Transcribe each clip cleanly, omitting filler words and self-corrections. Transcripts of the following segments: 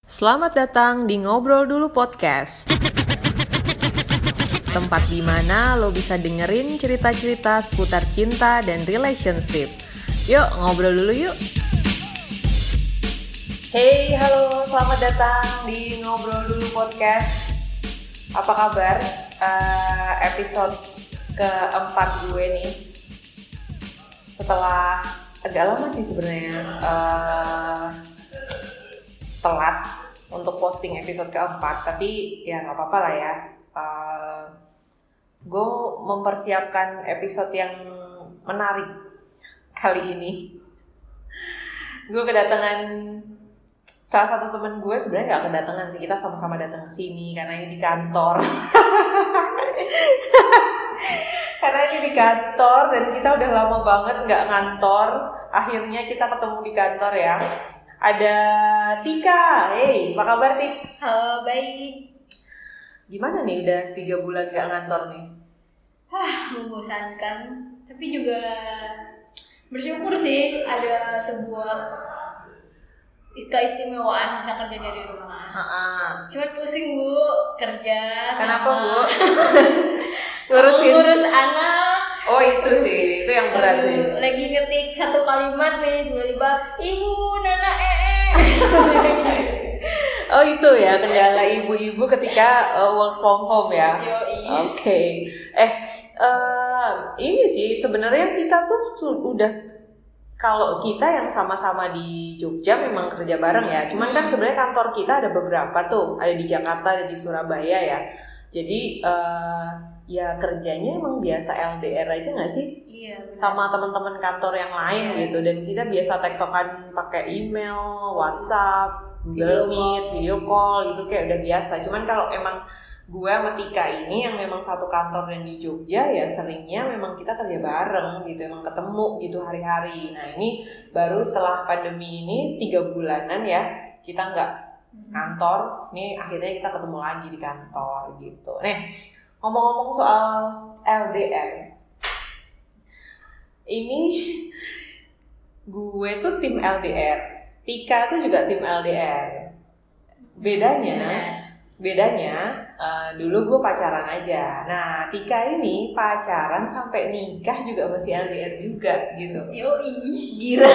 Selamat datang di Ngobrol Dulu Podcast. Tempat di mana lo bisa dengerin cerita-cerita seputar cinta dan relationship. Yuk, ngobrol dulu yuk. Hey, halo, selamat datang di Ngobrol Dulu Podcast. Apa kabar? Episode keempat gue nih. Setelah agak lama sih sebenarnya telat untuk posting episode keempat, tapi ya nggak apa-apa lah ya. Gue mempersiapkan episode yang menarik kali ini. Gue kedatangan salah satu teman gue, sebenarnya nggak kedatangan sih, kita sama-sama datang ke sini karena ini di kantor. Karena ini di kantor dan kita udah lama banget nggak ngantor. Akhirnya kita ketemu di kantor ya. Ada Tika. Hey, apa kabar Tik? Halo, baik. Gimana nih udah 3 bulan gak ngantor nih? Membosankan. Tapi juga bersyukur sih ada sebuah keistimewaan bisa kerja dari rumah. Cuma pusing Bu, kerja. Kenapa sama Bu? ngurus anak. Oh itu sih, itu yang berat sih. Lagi ngetik satu kalimat nih, tiba-tiba Ibu, Nana, Oh itu ya kendala ibu-ibu ketika work from home ya. Oke. Ini sih sebenarnya kita tuh udah, kalau kita yang sama-sama di Jogja memang kerja bareng ya. Cuman kan sebenarnya kantor kita ada beberapa tuh, ada di Jakarta, ada di Surabaya ya. Jadi ya kerjanya emang biasa LDR aja nggak sih? Iya. Sama teman-teman kantor yang lain gitu. Dan kita biasa tektokan pakai email, WhatsApp, Google Meet, video call, itu kayak udah biasa. Cuman kalau emang gue sama Tika ini yang memang satu kantor dan di Jogja, ya seringnya memang kita kerja bareng gitu, emang ketemu gitu hari-hari. Nah ini baru setelah pandemi ini 3 bulanan ya kita nggak kantor. Nih akhirnya kita ketemu lagi di kantor gitu. Nih ngomong-ngomong soal LDR, ini gue tuh tim LDR, Tika tuh juga tim LDR. Bedanya dulu gue pacaran aja. Nah Tika ini pacaran sampai nikah juga masih LDR juga gitu. Yoi. Gila,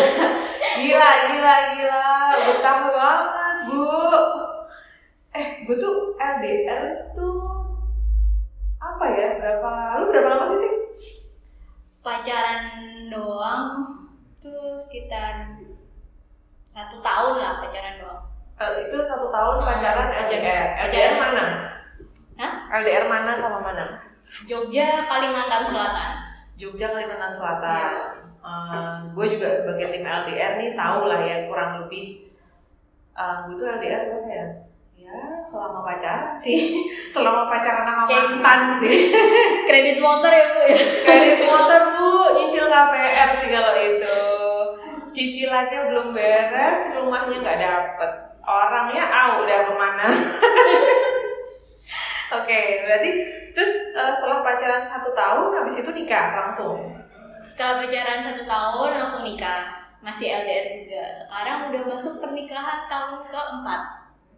betah banget Bu. Gue tuh LDR tuh apa ya? Lu berapa lama sih Tik? Pacaran doang tuh sekitar 1 tahun lah, pacaran doang. Itu 1 tahun pacaran LDR. LDR mana? Hah? LDR mana sama mana? Jogja, Kalimantan Selatan. Jogja, Kalimantan Selatan. Gue juga sebagai tim LDR nih tahu lah ya kurang lebih. Gue tuh LDR berapa ya? Ya selama pacaran sih. Selama pacaran sama mantan sih. Kredit motor ya Bu ya? Kredit motor Bu, nyicil KPR sih kalau itu. Cicilannya belum beres, rumahnya nggak dapet, orangnya udah kemana. Oke, berarti terus setelah pacaran 1 tahun, habis itu nikah langsung. Setelah pacaran 1 tahun langsung nikah, masih LDR juga. Sekarang udah masuk pernikahan tahun ke-4.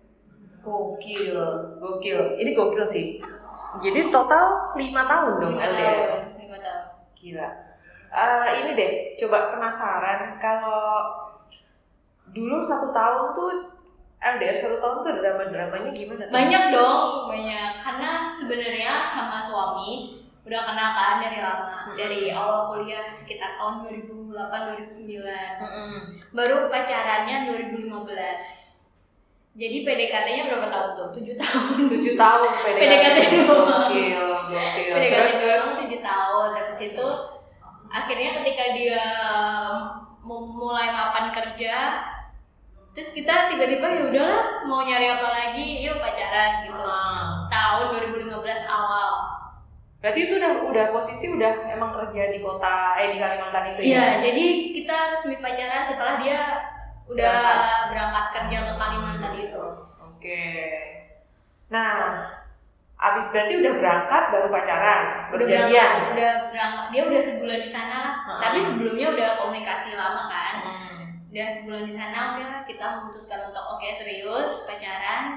Gokil. Ini gokil sih. Jadi total 5 tahun dong LDR. 5 tahun. Gila. Ini deh, coba penasaran kalau dulu 1 tahun tuh LDR 1 tahun tuh drama-dramanya gimana? Banyak dong, banyak. Karena sebenarnya sama suami udah kenal kan dari lama, dari awal kuliah sekitar tahun 2008-2009. Baru pacarannya 2015. Jadi PDKT-nya berapa tahun tuh? 7 tahun. 7 tahun PDKT doang. Gokil. PDKT doang 7 tahun. Dari situ akhirnya ketika dia mulai mapan kerja, terus kita tiba-tiba ya udahlah mau nyari apa lagi, yuk pacaran gitu. Tahun 2015 awal. Berarti itu udah posisi udah emang kerja di kota di Kalimantan itu ya? Iya, jadi kita resmi pacaran setelah dia udah berangkat kerja ke Kalimantan itu. Oke. Nah, abis berarti udah berangkat baru pacaran, baru jadian. Udah berangkat, dia udah sebulan di sana lah. Tapi sebelumnya udah komunikasi lama kan. Udah sebulan di sana, oke lah kita memutuskan untuk serius pacaran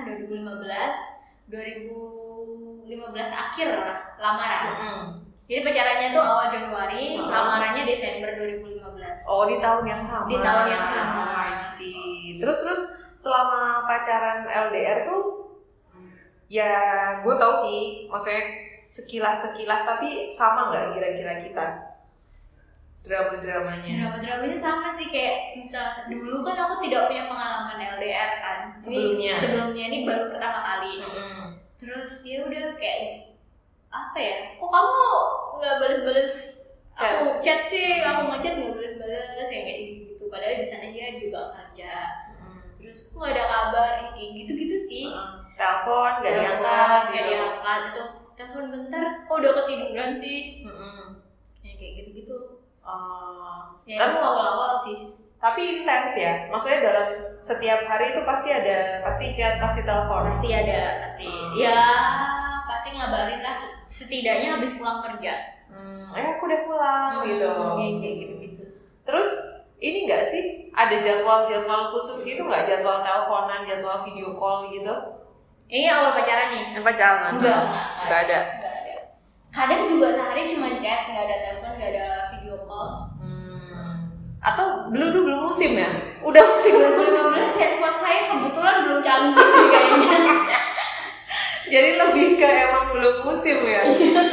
2015 akhir lah lamaran. Jadi pacarannya tuh awal Januari, lamarannya Desember 2015. Oh, di tahun yang sama. Di tahun yang sama. I see. Terus selama pacaran LDR tuh ya gue tau sih, maksudnya sekilas tapi sama nggak kira-kira kita drama-dramanya? Drama-dramanya sama sih, kayak misal dulu kan aku tidak punya pengalaman LDR kan. Sebelumnya ini baru pertama kali. Terus ya udah kayak apa ya? Kok kamu nggak balas-balas aku chat sih? Aku ngechat nggak balas-balas kayak gitu. Padahal di sana dia juga kerja. Terus kok nggak ada kabar kayak gitu-gitu sih. Telepon nggak diangkat tuh. Telepon bentar, kok udah ketiduran sih? Ya kayak gitu-gitu. Ya Kan awal-awal sih. Tapi intens ya, maksudnya dalam setiap hari itu pasti chat, pasti telepon. Pasti ada, pasti. Ya pasti ngabarin lah, setidaknya habis pulang kerja. Aku udah pulang gitu. Kayak gitu. Terus ini nggak sih ada jadwal khusus gitu nggak? Jadwal teleponan, jadwal video call gitu? Ini awal pacaran nih? Pacaran? Nggak ada. Kadang juga sehari cuma chat, nggak ada telepon, nggak ada video call. Atau belum musim ya? Udah musim 2015 handphone saya kebetulan belum canggih sih kayaknya. Jadi lebih ke emang belum musim ya?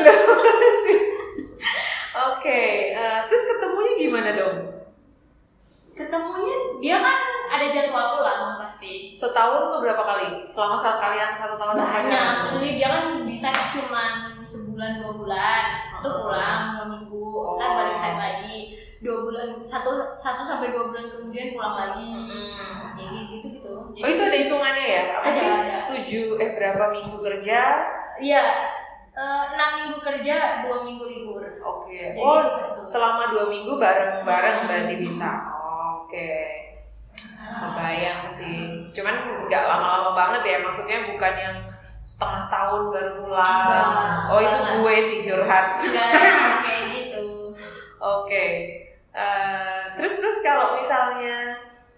Oke, terus ketemunya gimana dong? Ketemunya dia kan ada jadwal pulang pasti. Setahun tuh berapa kali? Selama saat kalian 1 tahun banyak. Maksudnya dia kan bisa cuma sebulan 2 bulan tuh pulang 2 minggu, kan balik site lagi 2 bulan 1 sampai 2 bulan kemudian pulang lagi. Ya gitu. Jadi, itu ada hitungannya ya? Apa sih? Ada. 7 berapa minggu kerja? Iya. 6 minggu kerja, 2 minggu libur. Oke. Selama 2 minggu bareng-bareng berarti bisa. Oke. Kebayang sih. Cuman nggak lama-lama banget ya, maksudnya bukan yang setengah tahun baru pulang. Itu gue sih curhat. Enggak kayak gitu. Oke. Terus kalau misalnya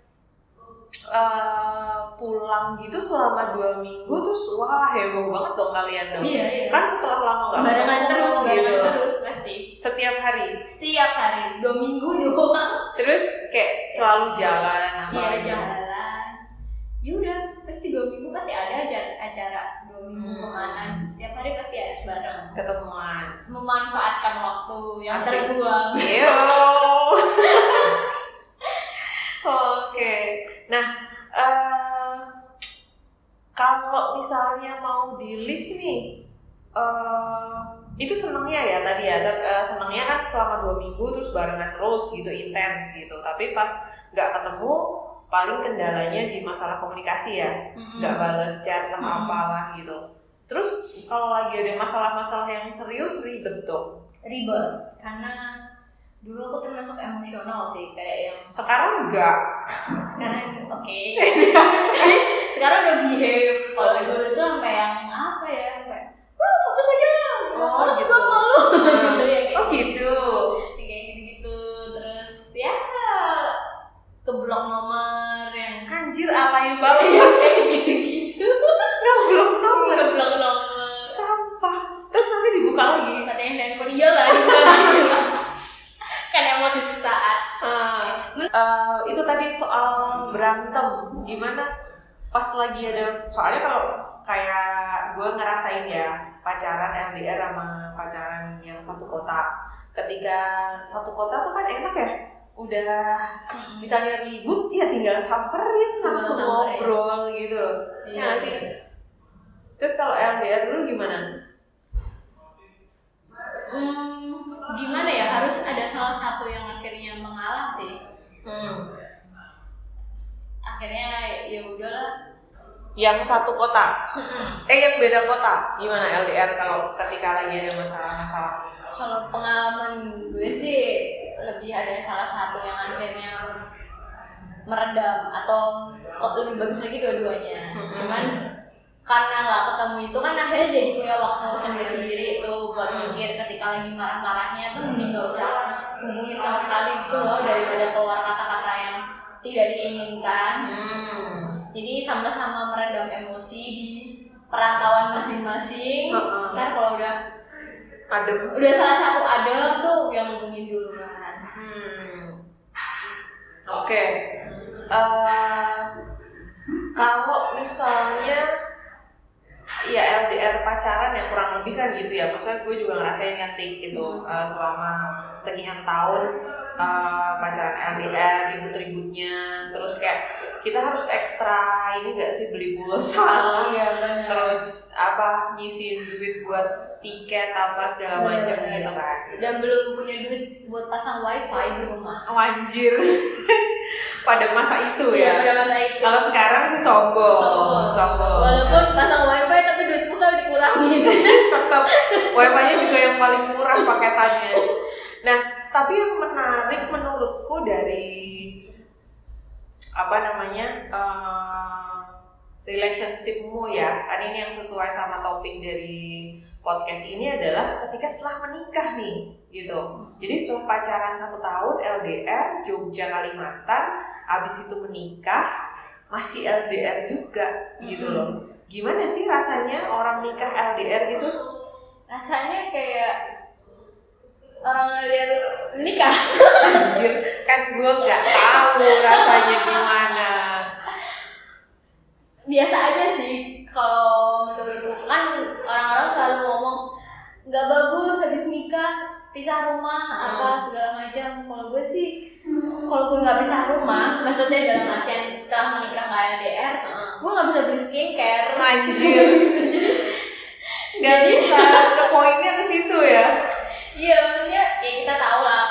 pulang gitu selama 2 minggu terus heboh banget dong kalian dong. Iya. Kan setelah lama nggak barengan terus pasti. Setiap hari 2 minggu doang. Terus kayak selalu jalan apa? Iya, jalan. Ya udah, pasti 2 minggu pasti ada acara 2 minggu kemana. Terus setiap hari pasti ada bareng. Ketemuan. Memanfaatkan waktu yang terbuang. Iya. Oke. Nah, kalau misalnya mau di list nih, itu senengnya ya tadi ya, senengnya kan selama 2 minggu terus barengan terus gitu, intens gitu. Tapi pas nggak ketemu, paling kendalanya di masalah komunikasi ya, nggak balas chat lah apalah gitu. Terus kalau lagi ada masalah-masalah yang serius ribet dong. Ribet, karena dulu aku termasuk emosional sih, kayak yang sekarang enggak. Sekarang oke. Sekarang udah behave. Kalau dulu tuh sampai yang apa ya, kayak putus aja. Terus gitu. gue malu. Gitu. Kayak gitu. Terus ya keblok nomor yang anjir alay banget. Kayak gitu. Ngeblok nomor. Keblok nomor. Sampah. Terus nanti dibuka lagi. Katanya handphone iyalah dibuka lagi. Kan emosi sesaat. Itu tadi soal berantem, gimana pas lagi ada, soalnya kalau kayak gue ngerasain ya pacaran LDR sama pacaran yang satu kota, ketika satu kota tuh kan enak ya, udah misalnya ribut ya tinggal samperin langsung ngobrol gitu, ya sih. Terus kalau LDR dulu gimana? Gimana ya, harus ada salah satu yang akhirnya mengalah sih. Akhirnya ya udahlah. Yang satu kota, yang beda kota, gimana LDR kalau ketika lagi ada masalah-masalah? Kalau pengalaman gue sih lebih ada salah satu yang akhirnya meredam atau lebih bagus lagi dua-duanya. Cuman karena nggak ketemu itu kan akhirnya jadi punya waktu sendiri-sendiri itu buat mikir. Ketika lagi marah-marahnya tuh mending nggak usah hubungin sama sekali gitu loh, daripada keluar kata-kata yang tidak diinginkan. Jadi sama-sama meredam emosi di perantauan masing-masing. Ntar kalau udah salah satu adem tuh yang hubungin duluan. Oke. Kalau misalnya ya LDR pacaran ya kurang lebih kan gitu ya. Maksudnya gue juga ngerasain nyantik gitu selama sekian tahun pacaran LDR, ribut-ributnya, terus kayak kita harus ekstra ini gak sih beli pulsa, terus nyisiin duit buat tiket apa segala macam gitu kan. Dan belum punya duit buat pasang wifi di rumah. Anjir. Pada masa itu ya. Pada masa itu. Kalau sekarang sih sombong. Walaupun pasang wifi tapi duit pulsa dikurangin. Tetap wifi-nya juga yang paling murah paketannya. Nah, tapi yang menarik menurutku dari relationship-mu ya, kan ini yang sesuai sama topik dari podcast ini adalah ketika setelah menikah nih gitu. Jadi setelah pacaran 1 tahun LDR Jogja Kalimantan, abis itu menikah masih LDR juga gitu loh. Gimana sih rasanya orang nikah LDR gitu? Rasanya kayak orang LDR menikah. Anjir, kan gue nggak tahu rasanya gimana. Biasa aja sih kalau menurutku, kan orang-orang selalu ngomong nggak bagus habis nikah pisah rumah apa segala macam. Kalau gue sih, kalau gue nggak pisah rumah, maksudnya dalam artian setelah menikah nggak LDR, gue nggak bisa beli skincare. Anjir. Nggak bisa ke poinnya ke situ ya. Iya, maksudnya ya kita tahu lah,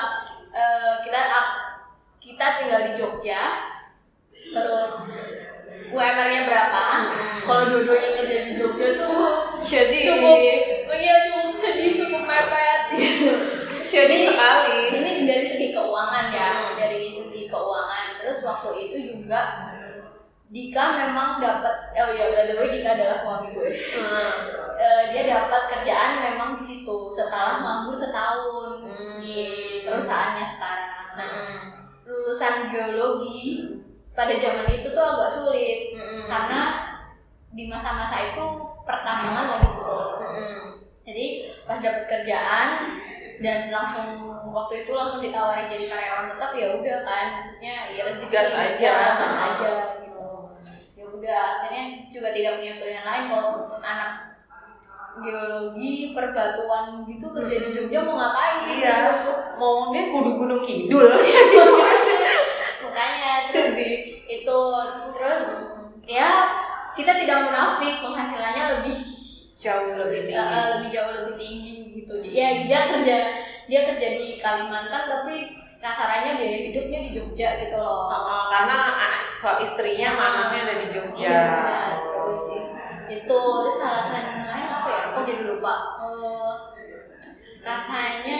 kita tinggal di Jogja, terus UMR-nya berapa? Kalau dua-duanya kerja di Jogja tuh cukup sedih, cukup mepet gitu. Sedih sekali. Ini dari segi keuangan ya, dari segi keuangan. Terus waktu itu juga Dika memang dapat, by the way Dika adalah suami gue. Dia dapat kerjaan memang di situ setelah nganggur setahun di perusahaannya sekarang. Lulusan geologi pada zaman itu tuh agak sulit karena di masa-masa itu pertambangan lagi turun. Jadi pas dapat kerjaan dan waktu itu langsung ditawarin jadi karyawan tetap, ya udah kan, maksudnya ya rezeki gas aja gitu. Ya udah, akhirnya juga tidak punya pilihan lain. Kalau anak geologi perbatuan gitu kerja di Jogja mau ngapain? Iya, maunya gunung kidul. Makanya terus ya kita tidak munafik, penghasilannya lebih jauh lebih tinggi gitu. Ya dia kerja di Kalimantan tapi kasarannya biaya hidupnya di Jogja gitu loh. Karena istrinya anaknya ada di Jogja. Terus alasan lain apa ya? Aku jadi lupa. Rasanya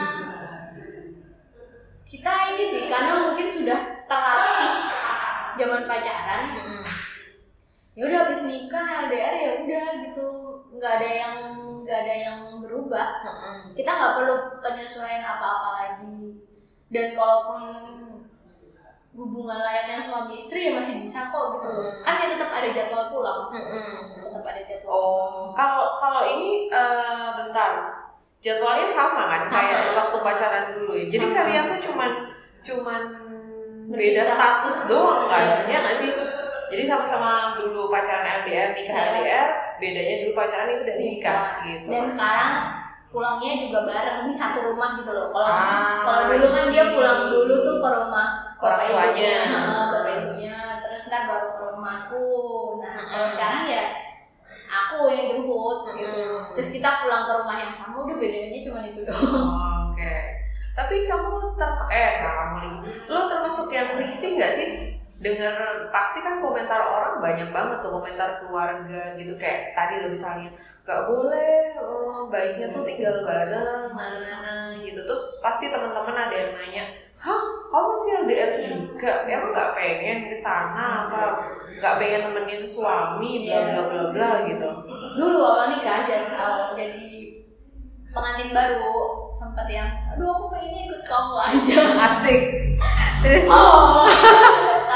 kita ini sih karena mungkin sudah terlatih zaman pacaran. Ya udah habis nikah LDR ya udah gitu, nggak ada yang berubah. Kita nggak perlu penyesuaian apa-apa lagi. Dan kalaupun hubungan layaknya suami istri ya masih bisa kok gitu. Kan ya tetap ada jadwal pulang. Tetap ada jadwal. Kalau ini bentar. Jadwalnya sama kan kayak waktu pacaran dulu ya. Jadi kalian tuh cuman beda status doang kan? Ya nggak sih? Jadi sama-sama dulu pacaran LDR, nikah LDR, bedanya dulu pacaran itu udah nikah gitu. Dan sekarang pulangnya juga bareng di satu rumah gitu loh. Kalau dulu kan dia pulang dulu tuh ke rumah orang tuanya, bapak ibunya, terus ntar baru ke rumahku. Nah kalau sekarang ya aku yang jemput gitu. Terus kita pulang ke rumah yang sama, udah bedanya cuma itu doang. Oke. Tapi kamu lo termasuk yang risih nggak sih? Dengar pasti kan komentar orang banyak banget tuh, komentar keluarga gitu, kayak tadi lo misalnya nggak boleh, baiknya tuh tinggal bareng, gitu. Terus pasti teman-teman ada yang nanya, kamu sih LDR juga, emang nggak pengen kesana apa nggak pengen nemenin suami, bla bla bla bla gitu. Dulu awal nikah jadi pengantin baru sempat yang, aduh aku pengennya ikut kamu aja. Asik. Terus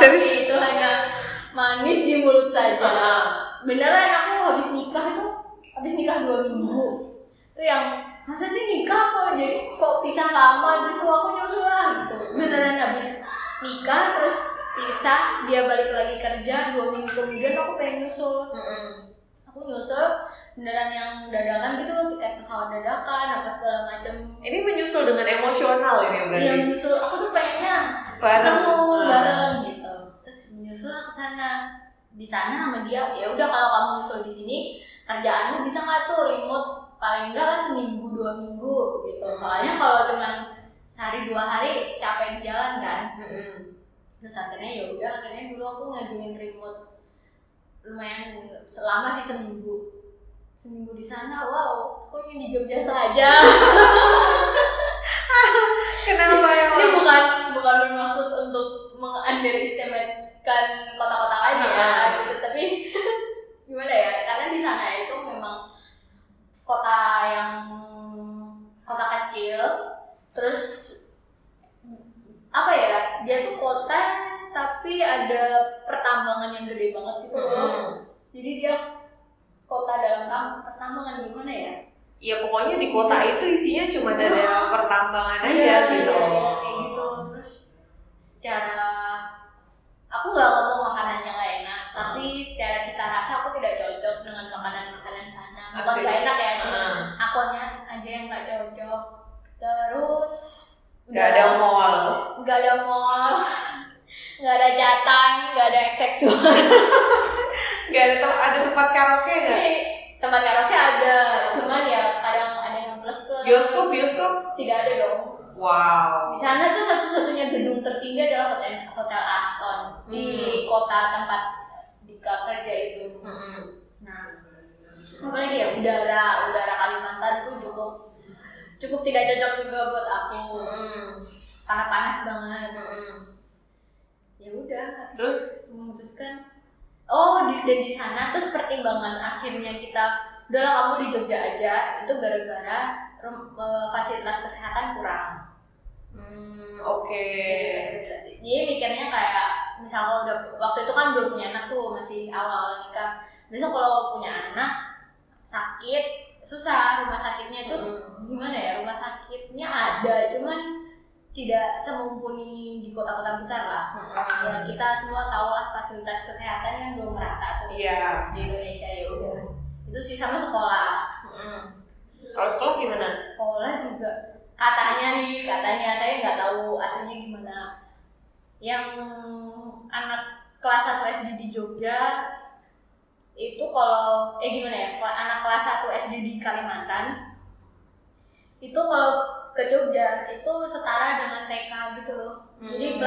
Tapi itu hanya manis di mulut saja. Beneran aku habis nikah 2 minggu. Itu yang masa sih nikah kok pisah lama gitu, aku nyusul lah gitu. Beneran habis nikah terus pisah, dia balik lagi kerja 2 minggu kemudian aku pengen nyusul. Aku nyusul beneran yang dadakan gitu loh, kayak pesawat dadakan apa segala macam. Ini menyusul dengan emosional ini berarti. Iya, menyusul. Aku tuh pengennya bareng gitu. Terus menyusul ke sana. Di sana sama dia, ya udah kalau kamu nyusul di sini, kerjaanmu bisa nggak tuh remote paling enggak lah seminggu 2 minggu gitu. Soalnya kalau cuman sehari 2 hari capek di jalan kan. Terus akhirnya dulu aku ngajuin remote lumayan selama sih seminggu di sana. Wow, aku ingin di Jogja saja. Kenapa ya? Ini bukan bermaksud untuk meng-underestimatekan kota-kota lain ya gitu, tapi gimana ya, karena di sana itu memang kota kecil, terus apa ya, dia tuh kota tapi ada pertambangan yang gede banget gitu loh. Jadi dia kota dalam pertambangan, gimana ya? Ya pokoknya di kota itu isinya cuma ada pertambangan aja gitu. Iya, kayak gitu. Terus secara aku nggak ngomong makanannya nggak enak, tapi secara cita rasa aku tidak cocok dengan makanan sana. Bukan nggak enak ya, cuma akunya aja yang nggak cocok. Terus nggak ada mall, nggak ada jatang, nggak ada seksual. Nggak ada tempat karaoke nggak? Tempat karaoke ada, cuman ya kadang ada yang plus. Bioskop tidak ada dong. Wow. Di sana tuh satu-satunya gedung tertinggi adalah hotel Aston di kota tempat Dika kerja itu. Nah, apa lagi ya, udara Kalimantan tuh cukup tidak cocok juga buat aku. Karena panas banget. Ya udah, terus memutuskan dan di sana terus pertimbangan akhirnya kita udahlah kamu di Jogja aja, itu gara-gara fasilitas kesehatan kurang. Oke. Jadi mikirnya kayak misal waktu itu kan belum punya anak tuh, masih awal nikah. Besok kalau punya anak sakit susah, rumah sakitnya itu gimana ya, rumah sakitnya ada cuman tidak semumpuni di kota-kota besar lah. Ya, kita semua tahu lah fasilitas kesehatan yang belum merata tuh di Indonesia. Ya udah, itu sih sama sekolah. Kalau sekolah gimana? Sekolah juga katanya saya nggak tahu aslinya gimana. Yang anak kelas 1 SD di Jogja itu kalau gimana ya, anak kelas 1 SD di Kalimantan itu kalau ke Jogja itu setara dengan TK gitu loh. Jadi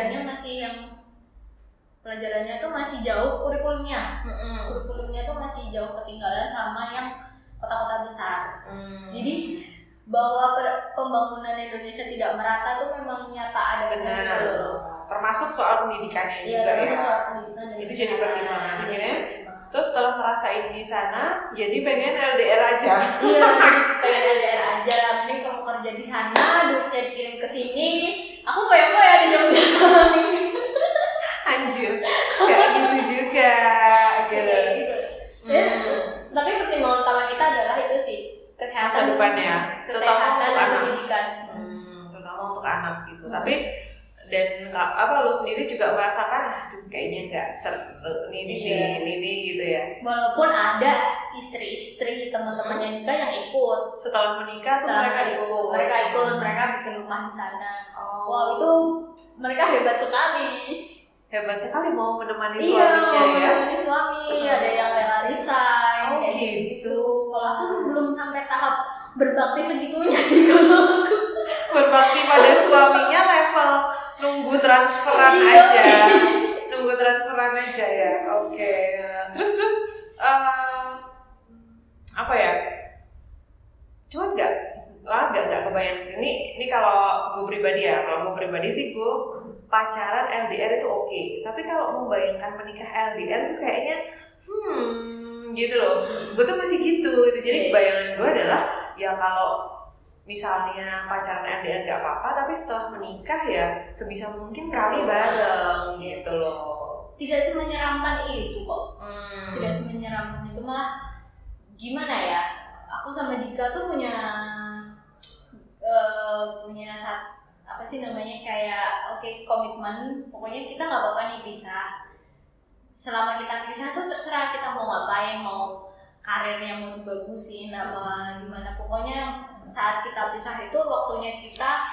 pelajarannya tuh masih jauh kurikulumnya. Kurikulumnya tuh masih jauh ketinggalan sama yang kota-kota besar. Jadi bahwa pembangunan Indonesia tidak merata tuh memang nyata ada gitu loh. Termasuk soal pendidikannya juga ya. Soal pendidikan itu jadi pertimbangan akhirnya. Terus setelah ngerasain di sana, jadi pengen LDR aja. Iya, pengen LDR aja. Mending kamu kerja di sana, duitnya dikirim ke sini. Aku foya-foya di Jogja. Anjir, kayak gitu juga. Gitu. Tapi pertimbangan utama kita adalah itu sih, kesehatan. Masa depannya, kesehatan dan pendidikan. Terutama untuk anak gitu. Tapi dan lu sendiri juga merasakan kayaknya nggak seru nih di sini gitu ya. Walaupun ada istri-istri teman-temannya nikah yang ikut. Setelah menikah mereka bikin rumah di sana. Wow, itu mereka hebat sekali mau menemani suaminya ya. Menemani suami, ada yang rela resign kayak gitu. Kalau aku belum sampai tahap berbakti segitunya sih kalau aku. Berbakti pada suaminya level nunggu transferan aja. Nunggu transferan aja ya. Oke. Terus apa ya? Cuman nggak kebayang sih. Ini kalau gue pribadi sih gue pacaran LDR itu oke. Tapi kalau membayangkan menikah LDR tuh kayaknya gitu loh. Gue tuh masih gitu. Jadi bayangan gue adalah ya kalau misalnya pacaran LDR nggak apa-apa, tapi setelah menikah ya sebisa mungkin kali bareng gitu loh. Tidak semenyeramkan itu kok. Tidak semenyeramkan itu, malah gimana ya? Aku sama Dika tuh punya apa sih namanya, kayak komitmen, pokoknya kita nggak apa-apa nih pisah. Selama kita pisah tuh terserah kita mau ngapain, mau karirnya mau dibagusin apa gimana, pokoknya saat kita pisah itu waktunya kita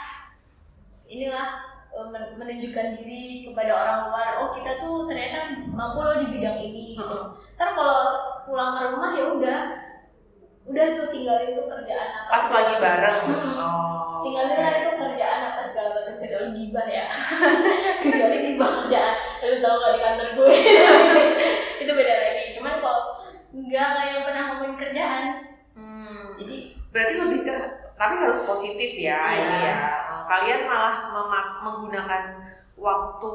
menunjukkan diri kepada orang luar, oh kita tuh ternyata mampu loh di bidang ini gitu. Ntar kalau pulang ke rumah ya udah tuh tinggalin tuh kerjaan apa pas lagi bareng. Tinggalin lah itu kerjaan apa segala macam, kecuali gibah ya. Kecuali gibah kerjaan, lu tau gak di kantor gue. Itu beda lagi. Cuman kalau enggak yang pernah ngomongin kerjaan, jadi berarti lebih ke, tapi harus positif ya. Ini ya kalian malah menggunakan waktu,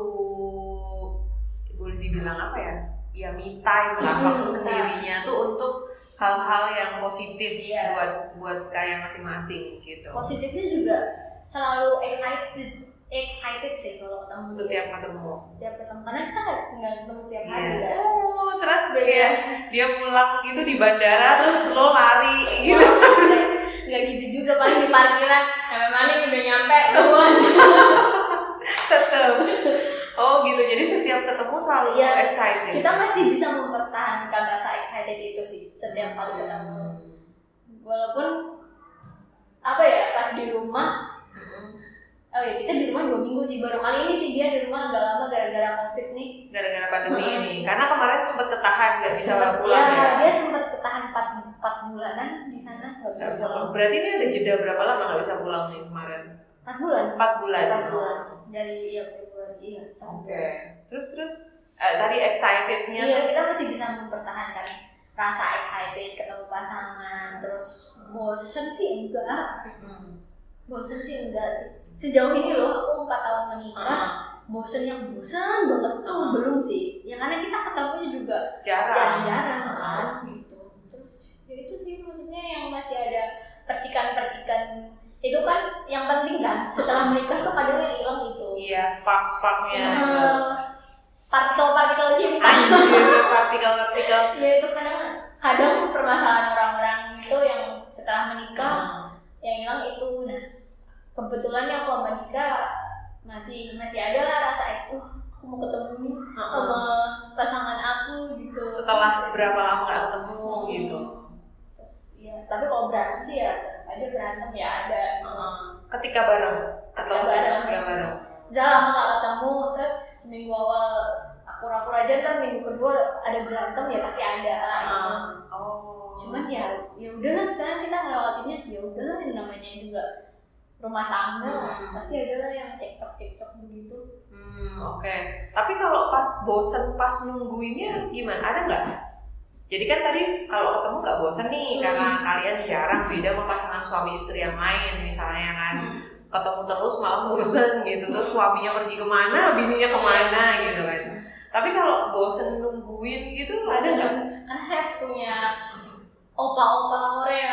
boleh dibilang apa ya me time lah, waktu sendirinya tuh untuk hal-hal yang positif buat kalian masing-masing gitu. Positifnya juga selalu excited sih kalau ketemu. Setiap ketemu Karena kita nggak ketemu setiap hari ya. Terus kayak dia pulang gitu di bandara terus lo lari gitu. Nggak gitu juga, paling di parkiran mana udah nyampe duluan. Tetep. Oh gitu, jadi setiap ketemu selalu excited. Kita masih bisa mempertahankan rasa excited itu sih setiap kali ketemu. Walaupun pas di rumah, kita di rumah 2 minggu sih, baru kali ini sih dia di rumah agak lama gara-gara COVID nih. Gara-gara pandemi ini, karena kemarin sempat ketahan nggak bisa pulang ya. Dia sempat ketahan 4 bulanan di sana nggak bisa pulang. Berarti ini ada jeda berapa lama nggak bisa pulang nih kemarin? 4 bulan. 4 bulan. Dari Februari. Oke. Terus tadi excitednya. Iya, kita masih bisa mempertahankan rasa excited ketemu pasangan. Terus bosen sih enggak. Bosen sih enggak sih. Sejauh ini loh aku 4 tahun menikah, bosen banget tuh belum sih. Ya karena kita ketemunya juga jarang-jarang kan gitu. Terus ya itu sih maksudnya yang masih ada percikan-percikan itu kan yang penting kan. Setelah menikah tuh kadang yang hilang itu. Iya, spark-sparknya. Partikel-partikel cinta. Partikel-partikel. Ya itu kadang permasalahan orang-orang itu yang setelah menikah yang hilang itu. Nah, kebetulan yang aku sama Dika masih ada lah rasa aku mau ketemu nih sama pasangan aku gitu. Setelah berapa lama gak ketemu gitu. Terus tapi kalau berantem sih ya tetap aja berantem ya ada. Ketika bareng atau ketika bareng. Udah lama gak ketemu, terus seminggu awal akur-akur aja, ntar minggu kedua ada berantem ya pasti ada lah gitu. Cuman ya udahlah, sekarang kita ngelewatinnya ya udahlah, yang namanya juga rumah tangga pasti adalah yang cekcok begitu. Oke. Tapi kalau pas bosen pas nungguinnya gimana? Ada nggak? Jadi kan tadi kalau ketemu nggak bosen nih karena kalian jarang, beda sama pasangan suami istri yang lain misalnya kan. Ketemu terus malah bosen gitu, terus suaminya pergi kemana, bininya kemana gitu kan. Tapi kalau bosen nungguin gitu ada nggak? Karena saya punya opa-opa Korea.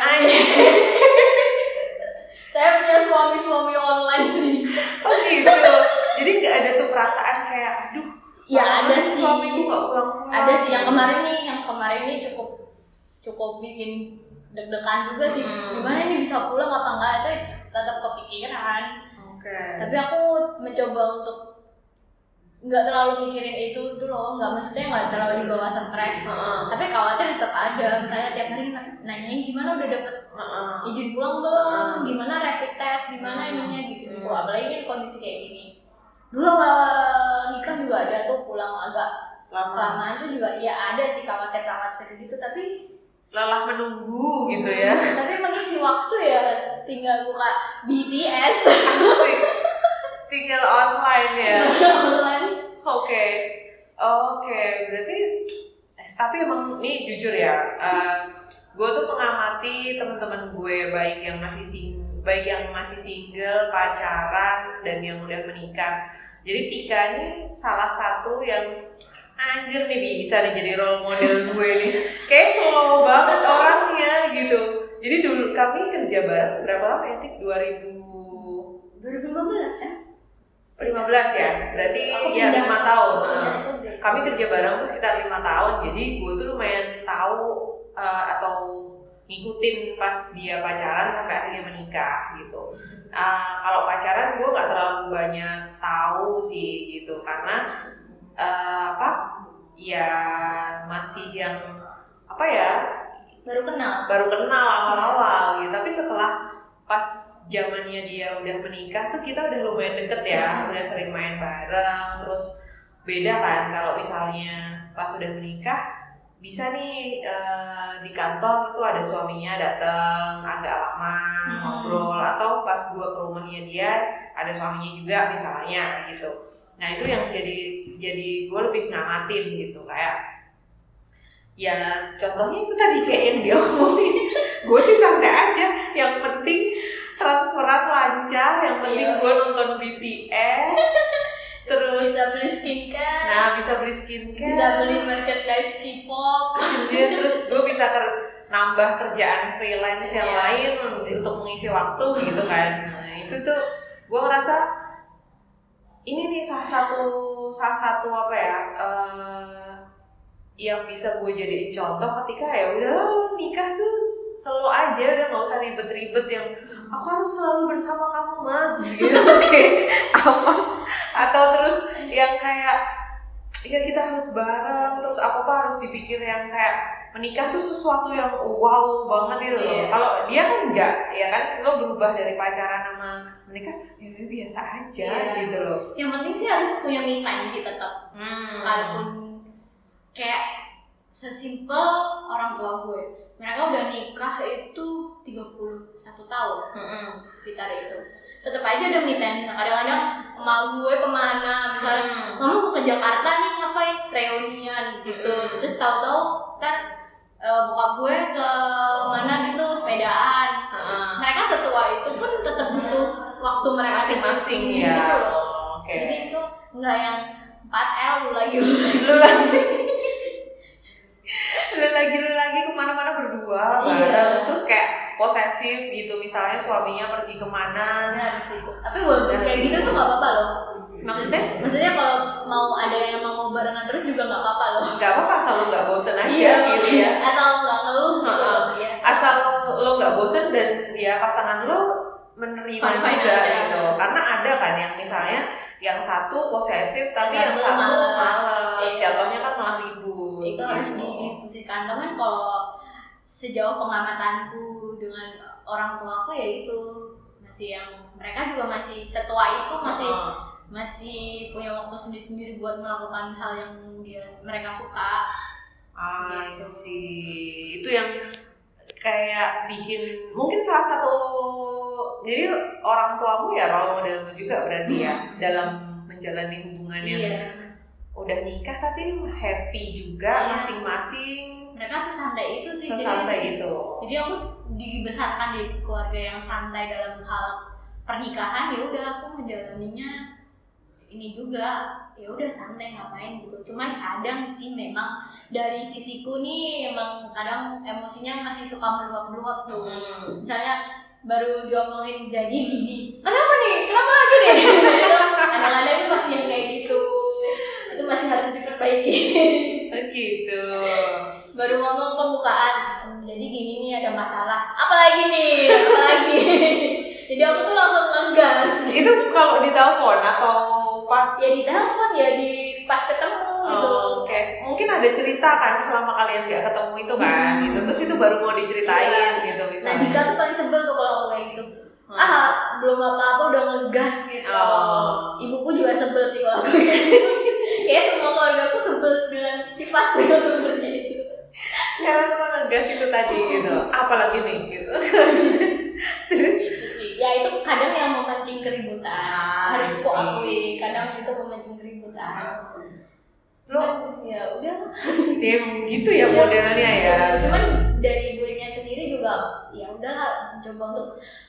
Saya punya suami-suami online sih. Oh gitu. Jadi nggak ada tuh perasaan kayak aduh. Ya ada sih. Suamiku nggak pulang-pulang. Ada sih yang kemarin nih cukup bikin deg-degan juga sih. Gimana nih bisa pulang apa enggak, itu tetap kepikiran. Tapi aku mencoba untuk nggak terlalu mikirin itu dulu, nggak terlalu dibawa stres. Tapi khawatir tetap ada. Misalnya tiap hari nanyain gimana udah dapet izin pulang belum, gimana rapid test, gimana ininya gitu. Apalagi kan kondisi kayak gini. Dulu awal nikah juga ada tuh pulang agak kelamaan tuh juga ya ada sih khawatir gitu, tapi lelah menunggu gitu ya. Tapi mengisi waktu ya tinggal buka BTS. Tinggal online ya. Online. Oke. Berarti tapi emang nih jujur ya, gue tuh mengamati teman-teman gue baik yang masih single, pacaran, dan yang udah menikah. Jadi Tika nih salah satu yang anjir nih bisa nih jadi role model gue nih. Kayak slow banget orangnya gitu. Jadi dulu kami kerja bareng berapa lama ya, Tik? 2015 kan? 15 ya? Berarti ya 5 tahun. Kami kerja bareng tuh sekitar 5 tahun. Jadi gue tuh lumayan tahu atau ngikutin pas dia pacaran sampai akhirnya menikah gitu. Kalau pacaran gue nggak terlalu banyak tahu sih gitu, karena ya masih yang baru kenal awal-awal gitu. Tapi setelah pas zamannya dia udah menikah tuh kita udah lumayan deket ya, udah sering main bareng. Terus beda kan kalau misalnya pas udah menikah bisa nih di kantor tuh ada suaminya datang agak lama ngobrol, atau pas gua ke rumahnya dia ada suaminya juga misalnya gitu. Nah itu yang jadi gua lebih ngamatin gitu, kayak ya contohnya itu tadi kayak yang dia omongin. Gue sih santai aja, yang penting transferan lancar, yang penting gue nonton BTS. Terus bisa beli skincare. Nah, bisa beli skincare. Bisa beli merchandise K-pop. Terus gue bisa nambah kerjaan freelance yang lain untuk mengisi waktu gitu kan. Nah, itu tuh gue ngerasa ini nih salah satu yang bisa gue jadiin contoh ketika ya udah nikah tuh slow aja, udah nggak usah ribet-ribet yang aku harus selalu bersama kamu mas gitu. Oke, apa atau terus yang kayak ya kita harus bareng, terus apa harus dipikir yang kayak menikah tuh sesuatu yang wow banget gitu loh. Kalau dia kan enggak, ya kan lo berubah dari pacaran sama menikah ya biasa aja gitu loh. Yang penting sih harus punya me time sih tetap. Sekalipun kayak sesimpel orang tua gue, mereka udah nikah itu 31 tahun, sekitar itu. Tetap aja ada me time. Kadang-kadang emak gue kemana, misalnya mama mau ke Jakarta nih ngapain, reunian gitu. Terus tahu-tahu kan bokap gue ke mana gitu sepedaan. Mereka setua itu pun tetap butuh waktu mereka masing-masing ya. Gitu loh. Jadi itu nggak yang 4L lu lagi kemana-mana berdua bareng, terus kayak posesif gitu, misalnya suaminya pergi kemana harus ikut. Tapi walaupun kayak gitu tuh nggak apa-apa loh. Maksudnya kalau mau ada yang emang mau barengan terus juga nggak apa-apa loh. Nggak apa-apa asal lo nggak bosen aja gitu ya. Asal lo nggak ngeluh gitu. Asal lo nggak bosen dan ya pasangan lo menerima juga gitu. Karena ada kan yang misalnya yang satu posesif tapi yang satu malas, jatuhnya kan malah ribut. Itu gitu. Harus didiskusikan. Teman kalau sejauh pengamatanku dengan orang tua aku ya itu masih yang mereka juga masih setua itu masih punya waktu sendiri-sendiri buat melakukan hal yang mereka suka. Gitu. Sih itu yang kayak bikin mungkin salah satu, jadi orang tuamu ya role modelmu juga berarti ya dalam menjalani hubungan yang udah nikah tapi happy juga masing-masing. Mereka sesantai itu sih. Jadi aku dibesarkan di keluarga yang santai dalam hal pernikahan. Ya udah aku menjalaninya ini juga ya udah santai ngapain gitu. Cuman kadang sih memang dari sisiku nih emang kadang emosinya masih suka meluap-meluap tuh. Misalnya baru diomongin jadi gini, kenapa lagi nih? Kadang-kadang itu masih yang kayak gitu, itu masih harus diperbaiki. Gitu. Baru ngomong pembukaan, jadi gini nih ada masalah, apalagi. Jadi aku tuh langsung ngegas. Itu kalau di telepon atau pas? Ya di telepon ya, di pas ketemu gitu. Mungkin ada cerita kan selama kalian nggak ketemu itu kan, gitu. Terus itu baru mau diceritain gitu misalnya. Nah Dika tuh paling sebel tuh kalau aku kayak gitu. Belum apa-apa udah ngegas gitu. Ibuku juga sebel sih kalau aku kayak gitu. Ya semua keluarga aku sebel dengan sifatku yang seperti itu. Karena suka ngegas itu tadi gitu. Apalagi nih gitu. Terus itu sih. Ya itu kadang yang memancing keributan. Harus aku akui, kadang itu memancing keributan. Lo ya udah. Ya gitu ya modelnya ya. Cuman dari gue nya sendiri juga ya udahlah coba untuk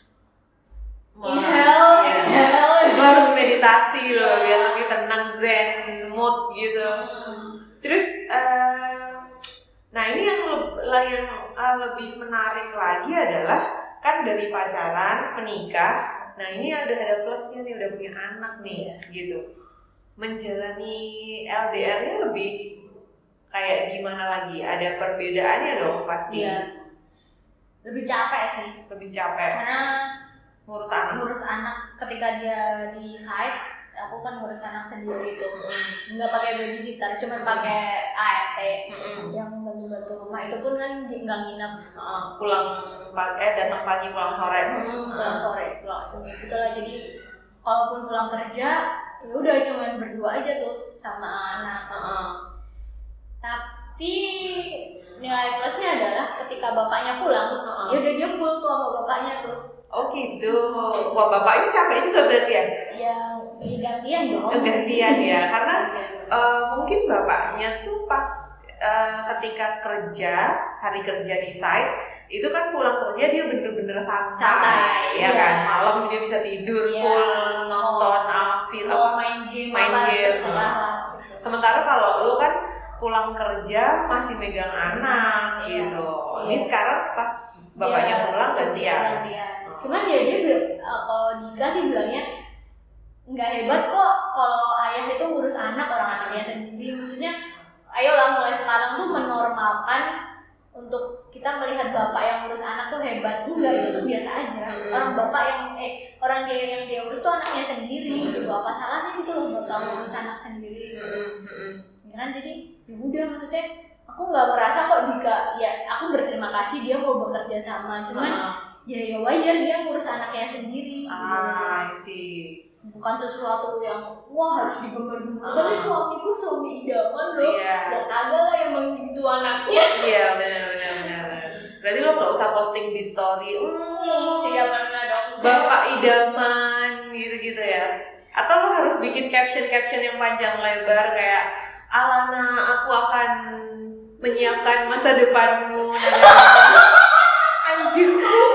inhale, exhale. Lo harus meditasi loh biar lebih tenang, zen mood gitu. Terus nah ini yang lebih menarik lagi adalah kan dari pacaran menikah, nah ini ada plusnya nih, udah punya anak nih gitu. Menjalani LDR-nya lebih kayak gimana lagi? Ada perbedaannya dong pasti. Iya. Lebih capek sih. Lebih capek. Karena ngurus anak ketika dia di site, aku kan ngurus anak sendiri itu. Nggak pakai babysitter, cuma pakai ART yang membantu rumah. Itu pun kan nggak nginep. Datang pagi pulang sore. Pulang sore, itulah. Jadi kalaupun pulang kerja, ya udah cuma berdua aja tuh sama anak. Tapi nilai plusnya adalah ketika bapaknya pulang, ya udah dia full tuh sama bapaknya tuh. Oh gitu. Wah, bapaknya capek juga berarti ya? Ya, gantian dong. Gantian ya, karena mungkin bapaknya tuh pas ketika hari kerja di site, itu kan pulang kerja dia bener-bener santai ya kan? Malam dia bisa tidur full nonton film, main game. Sementara kalau lu kan pulang kerja masih megang anak gitu. Ini sekarang pas bapaknya pulang gantian. Cuman dia kalau Dika sih bilangnya nggak hebat kok kalau ayah itu ngurus anak, orang anaknya sendiri. Maksudnya ayolah mulai sekarang tuh menormalkan untuk kita melihat bapak yang ngurus anak tuh hebat. Enggak, itu tuh biasa aja. Orang bapak yang dia urus tuh anaknya sendiri gitu. Apa salahnya gitu loh bapak ngurus anak sendiri gitu. Kan jadi ya udah, maksudnya aku nggak merasa kok Dika, ya aku berterima kasih dia mau bekerja sama, cuman ya wajar dia ngurus anaknya sendiri. Sih. Bukan sesuatu yang wah harus digembar-gembar. Tapi suamiku suami idaman loh. Ya kagak lah yang begitu anaknya. Iya benar. Berarti lo nggak usah posting di story. Tidak pernah dong. Bapak idaman gitu ya. Atau lo harus bikin caption yang panjang lebar kayak Alana, aku akan menyiapkan masa depanmu. Anjir.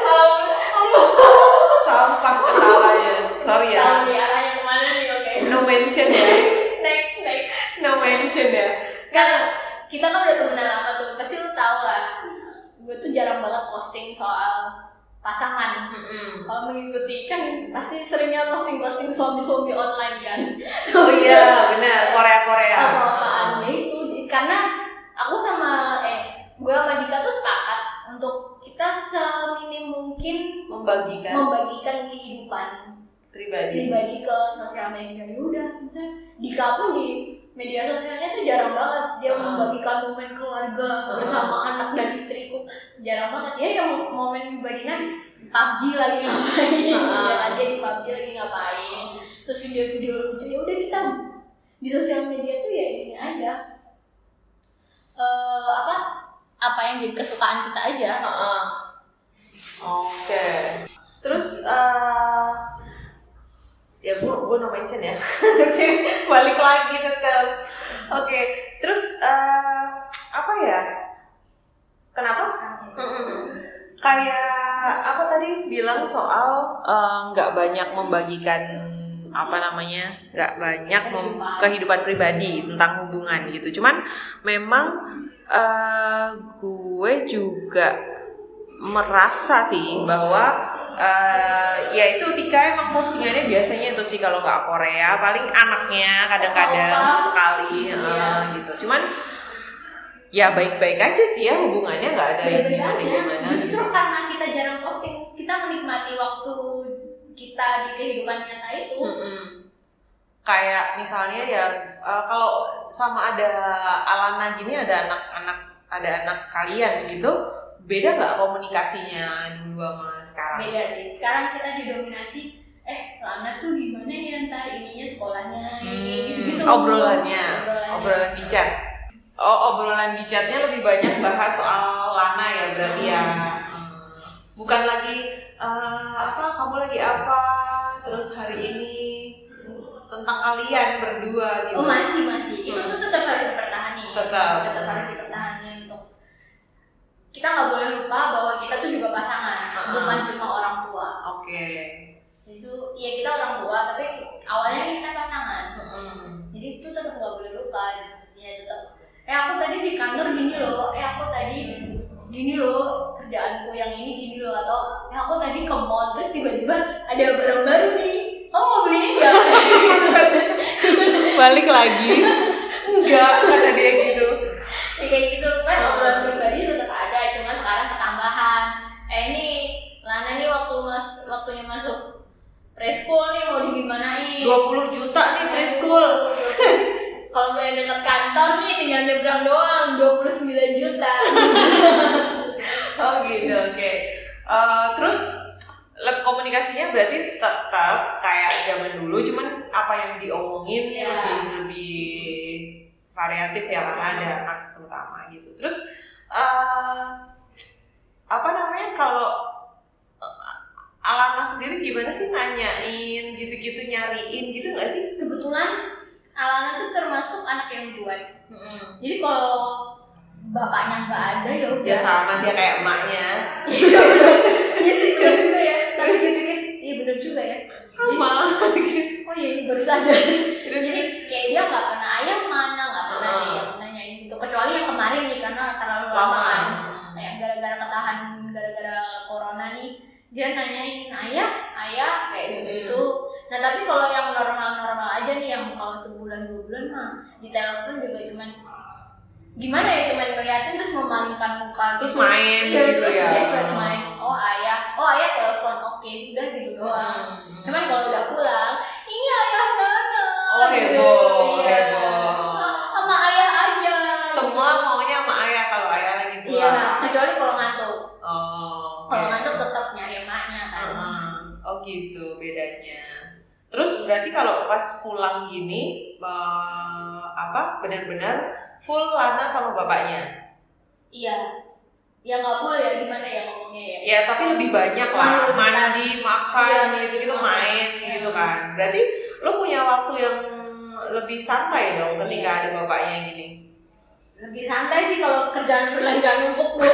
Sampah ketawanya. Sorry ya. Tahu di arah yang mana nih, oke. No mention ya. Next. No mention ya. Kan kita kan udah temenan lama tuh, pasti lu tau lah. Gue tuh jarang banget posting soal pasangan. Kalau mengikuti kan pasti seringnya posting suami online kan. Oh iya benar, Korea. Apa-apaan ya itu. Karena aku gue sama Dika tuh sepakat untuk kita seminim mungkin membagikan kehidupan pribadi ke sosial media. Ya udah, misalnya Dika pun di media sosialnya tuh jarang banget dia membagikan momen keluarga bersama anak dan istriku, jarang banget ya. Yang momen dibagikan PUBG lagi ngapain, dia di PUBG lagi ngapain, terus video-video lucu. Ya udah, kita di sosial media tuh ya ini aja, apa yang jadi kesukaan kita aja. Oke. Terus ya gue no mention ya. Balik lagi tetap. Oke. Terus apa ya? Kenapa? Kayak apa tadi bilang soal nggak banyak membagikan nggak banyak kehidupan pribadi tentang hubungan gitu. Cuman memang gue juga merasa sih bahwa ya itu Tika emang postingannya biasanya itu sih, kalau nggak Korea paling anaknya kadang-kadang sekali gitu. Cuman ya baik-baik aja sih ya hubungannya, nggak ada yang gimana. Justru karena kita jarang posting, kita menikmati waktu kita di kehidupan nyata itu. Kayak misalnya ya kalau sama ada Alana gini, ada anak kalian gitu, beda nggak komunikasinya dulu sama sekarang? Beda sih. Sekarang kita didominasi, Lana tuh gimana ya ntar ininya sekolahnya, gitu-gitu. Obrolan di chat. Obrolan di chatnya lebih banyak bahas soal Lana ya berarti ya. Bukan lagi kamu lagi apa, terus hari ini tentang kalian berdua gitu. Oh masih. Itu tuh tetap harus dipertahankan. Tetap harus dipertahankan untuk kita nggak boleh lupa bahwa kita tuh juga pasangan, bukan cuma orang tua. Oke. Itu ya kita orang tua, tapi awalnya kita pasangan. Jadi itu tetap nggak boleh lupa. Ya tetap. Aku tadi di kantor gini loh. Aku tadi gini loh kerjaanku yang ini gini loh, atau aku tadi ke mall terus tiba-tiba ada barang baru nih, kamu mau beli nggak? Balik lagi enggak kata dia gitu. Ya, kayak gitu kan obrolan pribadi tetap ada, cuman sekarang ketambahan ini Lana nih waktunya masuk preschool nih, mau digimanain? 20 juta nih preschool. Kalau mau yang dekat kantor nih tinggal nyebrang doang, 29 juta. Oh gitu, oke. Terus komunikasinya berarti tetap kayak zaman dulu, cuman apa yang diomongin lebih variatif ya, karena ada anak terutama gitu. Terus apa namanya, kalau Alana sendiri gimana sih nanyain gitu-gitu, nyariin gitu nggak sih? Kebetulan Alana tuh termasuk anak yang cuek. Jadi kalau bapaknya nggak ada ya udah. Ya sama sih kayak emaknya. Iya sih benar juga ya. Tapi saya pikir iya benar juga ya. Sama. Jadi, oh iya baru sadar. Terus kayak dia nggak pernah ayah mana, nggak pernah sih yang nanyain gitu. Kecuali yang kemarin nih karena terlalu lama kan. Kayak gara-gara corona nih, dia nanyain ayah kayak gitu. Nah tapi kalau yang normal aja nih, yang kalau sebulan 2 bulan mah di telepon juga cuman gimana ya, cuman ngeliatin terus memalingkan muka terus gitu. main Iya, gitu terus ya. dia cuma main oh ayah telepon, oke udah gitu doang. Cuman kalau udah pulang ini ayah mana? Oh heboh. Sama ayah aja. Semua maunya sama ayah kalau ayah lagi pulang. Iya, kecuali kalau ngantuk. Kalau ngantuk tetap nyari emaknya kan. Oh gitu bedanya. Terus berarti kalau pas pulang gini benar-benar full Lana sama bapaknya? Iya. Ya nggak full ya, gimana ya ngomongnya ya? Ya tapi lebih banyak lah, mandi, makan, gitu-gitu, main gitu kan. Berarti lo punya waktu yang lebih santai dong ketika ada bapaknya gini? Lebih santai sih kalau kerjaan freelance gak numpuk Bu.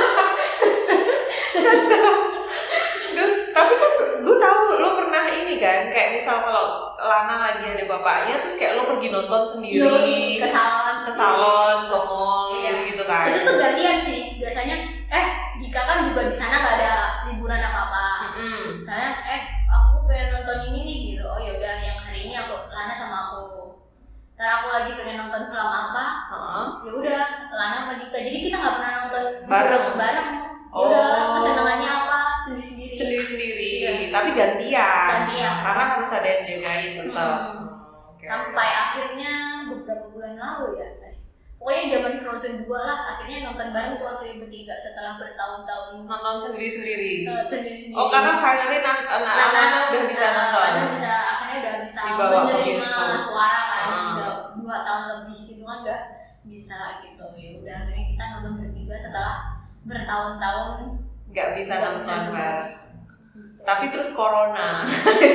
Tapi kan gue tahu lo pernah ini kan, kayak misal kalau Lana lagi ada bapaknya terus kayak lo pergi nonton sendiri ke salon, ke mall gitu kan. Itu tuh gantian sih biasanya. Jika kan juga di sana nggak ada liburan apa-apa. Misalnya aku pengen nonton ini nih gitu. Oh ya udah, yang hari ini Lana sama aku. Ntar aku lagi pengen nonton film apa. Ya udah Lana sama Dika. Jadi kita nggak pernah nonton bareng. Udah kesenangannya apa sendiri-sendiri. Iya. Tapi gantian. Karena harus ada yang jagain tetap. Sampai akhirnya beberapa bulan lalu ya. Pokoknya zaman Frozen 2 lah, akhirnya nonton bareng tuh akhirnya bertiga setelah bertahun-tahun nonton sendiri-sendiri. Sendiri-sendiri. Oh karena finally Lana udah bisa nonton. Akhirnya udah bisa dibawa menerima suara kan. Udah 2 tahun lebih gitu kan udah bisa gitu. Ya udah akhirnya kita nonton bertiga setelah bertahun-tahun nggak bisa nonton bareng. Tapi terus corona,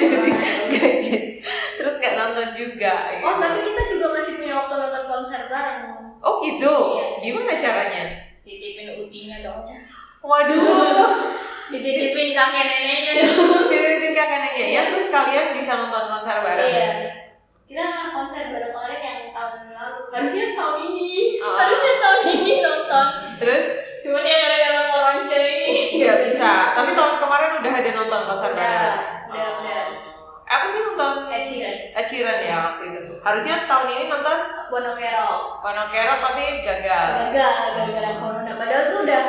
terus nggak nonton juga. Gitu. Oh tapi kita juga masih punya waktu nonton konser bareng. Oh gitu? Iya. Gimana caranya? Dititipin utinya dong. Waduh. Dititipin kakek neneknya dong. Dititipin kakek neneknya. Ya terus kalian bisa nonton konser bareng. Iya. Kita konser bareng kemarin yang tahun lalu. Harusnya tahun ini nonton. Terus? Cuman ya gara-gara koronce ini. Nggak bisa. Tapi tahun kemarin udah ada nonton konser bareng. Udah. Apa sih nonton? Ed Sheeran ya waktu itu. Harusnya tahun ini nonton Bono Carol tapi gagal gara-gara corona. Padahal tuh udah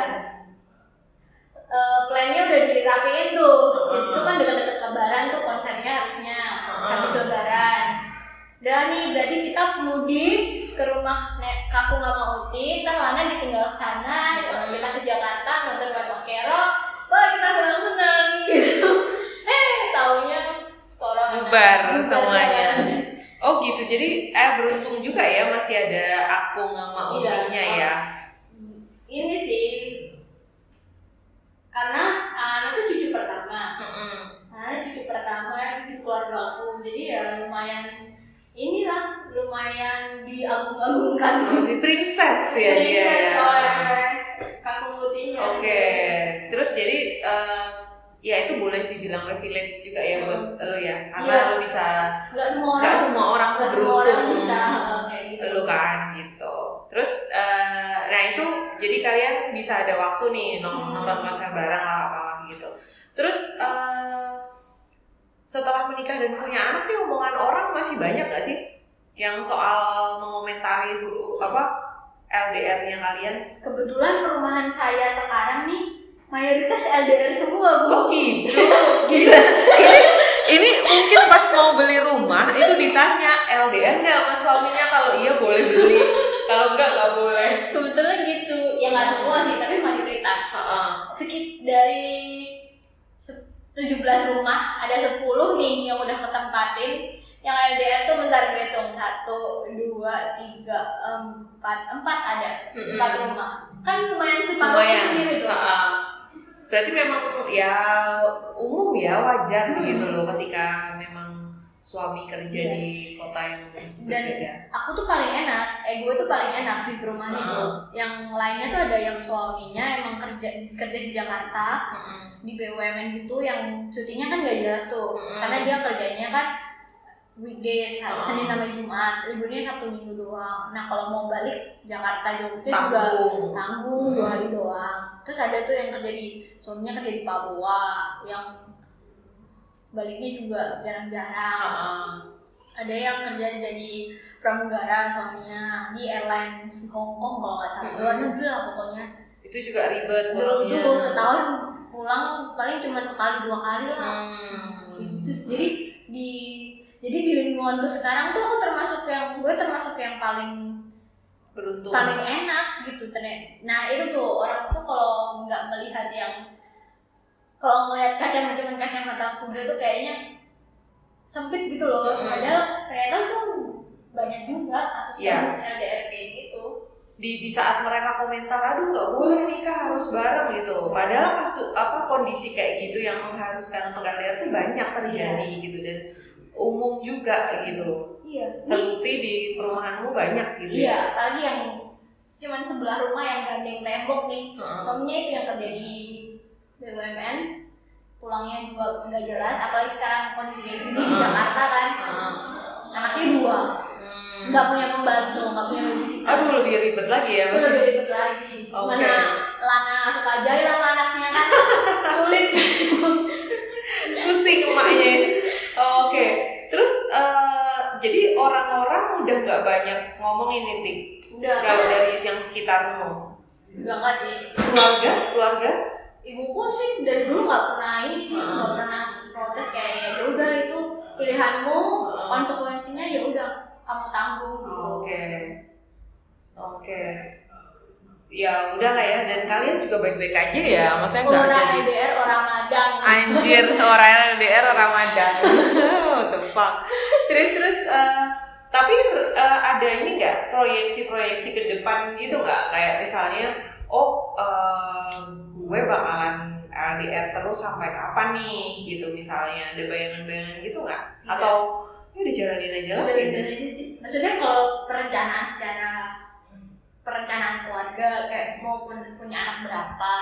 plannya udah dirapiin tuh. Jadi itu kan dekat-dekat lebaran tuh konsernya harusnya habis lebaran. Dan nih berarti kita mudik ke rumah kakung sama Uti, ntar Lana ditinggal ke sana, kita ke Jakarta nonton Bono Carol. Wah kita seneng-seneng gitu. Taunya corona bubar semuanya. Oh gitu, jadi beruntung juga ya masih ada akung sama Utinya ya. Ini sih karena Ana tuh cucu pertama. Ana cucu pertama di keluarga aku, jadi ya lumayan diagung-agungkan. Princess ya dia. Kakung Utinya. Oke. Terus jadi ya itu boleh dibilang privilege juga ya buat lo ya, karena lo bisa nggak semua orang seberuntung bisa kayak gitu. lo kan gitu. Terus nah itu jadi kalian bisa ada waktu nih nonton konser bareng lah apalah gitu. Terus setelah menikah dan punya anak nih, omongan orang masih banyak gak sih yang soal mengomentari LDR-nya kalian? Kebetulan perumahan saya sekarang nih mayoritas LDR semua, Bu. Oh gitu, gila. Ini mungkin pas mau beli rumah itu ditanya LDR nggak sama suaminya, kalau iya boleh beli, kalau nggak boleh. Kebetulan gitu, ya nggak semua sih, tapi mayoritas. Dari 17 rumah ada 10 nih yang udah ketempatin. Yang LDR tuh bentar gue hitung 1, 2, 3, 4 ada 4 rumah. Kan lumayan separuhnya sendiri tuh. Berarti memang ya umum ya, wajar gitu loh ketika memang suami kerja di kota yang berbeda. Dan aku tuh paling enak, gue tuh paling enak di perumahan itu. Yang lainnya tuh ada yang suaminya emang kerja di Jakarta, di BUMN gitu, yang cutinya kan gak jelas tuh, karena dia kerjanya kan weekdays, Senin sampai Jumat, liburnya Sabtu Minggu doang. Nah kalau mau balik Jakarta Jogja juga tanggung 2 hari doang. Terus ada tuh yang suaminya kerja di Papua, yang baliknya juga jarang-jarang. Ada yang kerja jadi pramugara suaminya di airlines Hong Kong kalau nggak salah, luar negeri lah pokoknya. Itu juga ribet pulangnya. Itu setahun pulang paling cuma sekali 2 kali lah. Gitu. Jadi di lingkunganku sekarang tuh gue termasuk yang paling beruntung, paling enak gitu ternyata. Nah itu tuh orang tuh kalau nggak melihat kalau ngelihat kacamata kuda tuh kayaknya sempit gitu loh. Padahal ternyata tuh banyak juga kasus-kasus LDR gitu. Di saat mereka komentar, aduh nggak boleh nikah harus bareng gitu. Padahal kondisi kayak gitu yang mengharuskan untuk LDR tuh banyak terjadi gitu, dan umum juga gitu. Iya. Terbukti di perumahanmu banyak gitu. Iya, apalagi yang cuman sebelah rumah yang gandeng tembok nih. Suaminya itu yang kerja di BUMN, pulangnya juga nggak jelas. Apalagi sekarang kondisinya gini di Jakarta kan. Anaknya 2, nggak punya pembantu, nggak punya babysitter. Aduh, lebih ribet lagi ya. Lebih ribet lagi. Mana Lana suka jahil sama anaknya kan, sulit. Pusing emaknya. Oke. Terus jadi orang-orang udah nggak banyak ngomongin nih, Udah. Kalau dari yang sekitarmu? Udah nggak sih. Keluarga? Ibuku sih dari dulu nggak pernah nggak pernah protes kayak ya udah itu pilihanmu, konsekuensinya ya udah kamu tanggung gitu. Oke. Ya udahlah ya, dan kalian juga baik-baik aja ya, maksudnya nggak jadi orang LDR orang Madang. Anjir, orang LDR orang Madang. Tepak. Terus tapi ada ini nggak proyeksi ke depan gitu nggak, kayak misalnya gue bakalan LDR terus sampai kapan nih gitu, misalnya ada bayangan-bayangan gitu nggak? Atau ya dijalanin aja lah gitu? Aja sih. Maksudnya kalau perencanaan keluarga kayak mau punya anak berapa,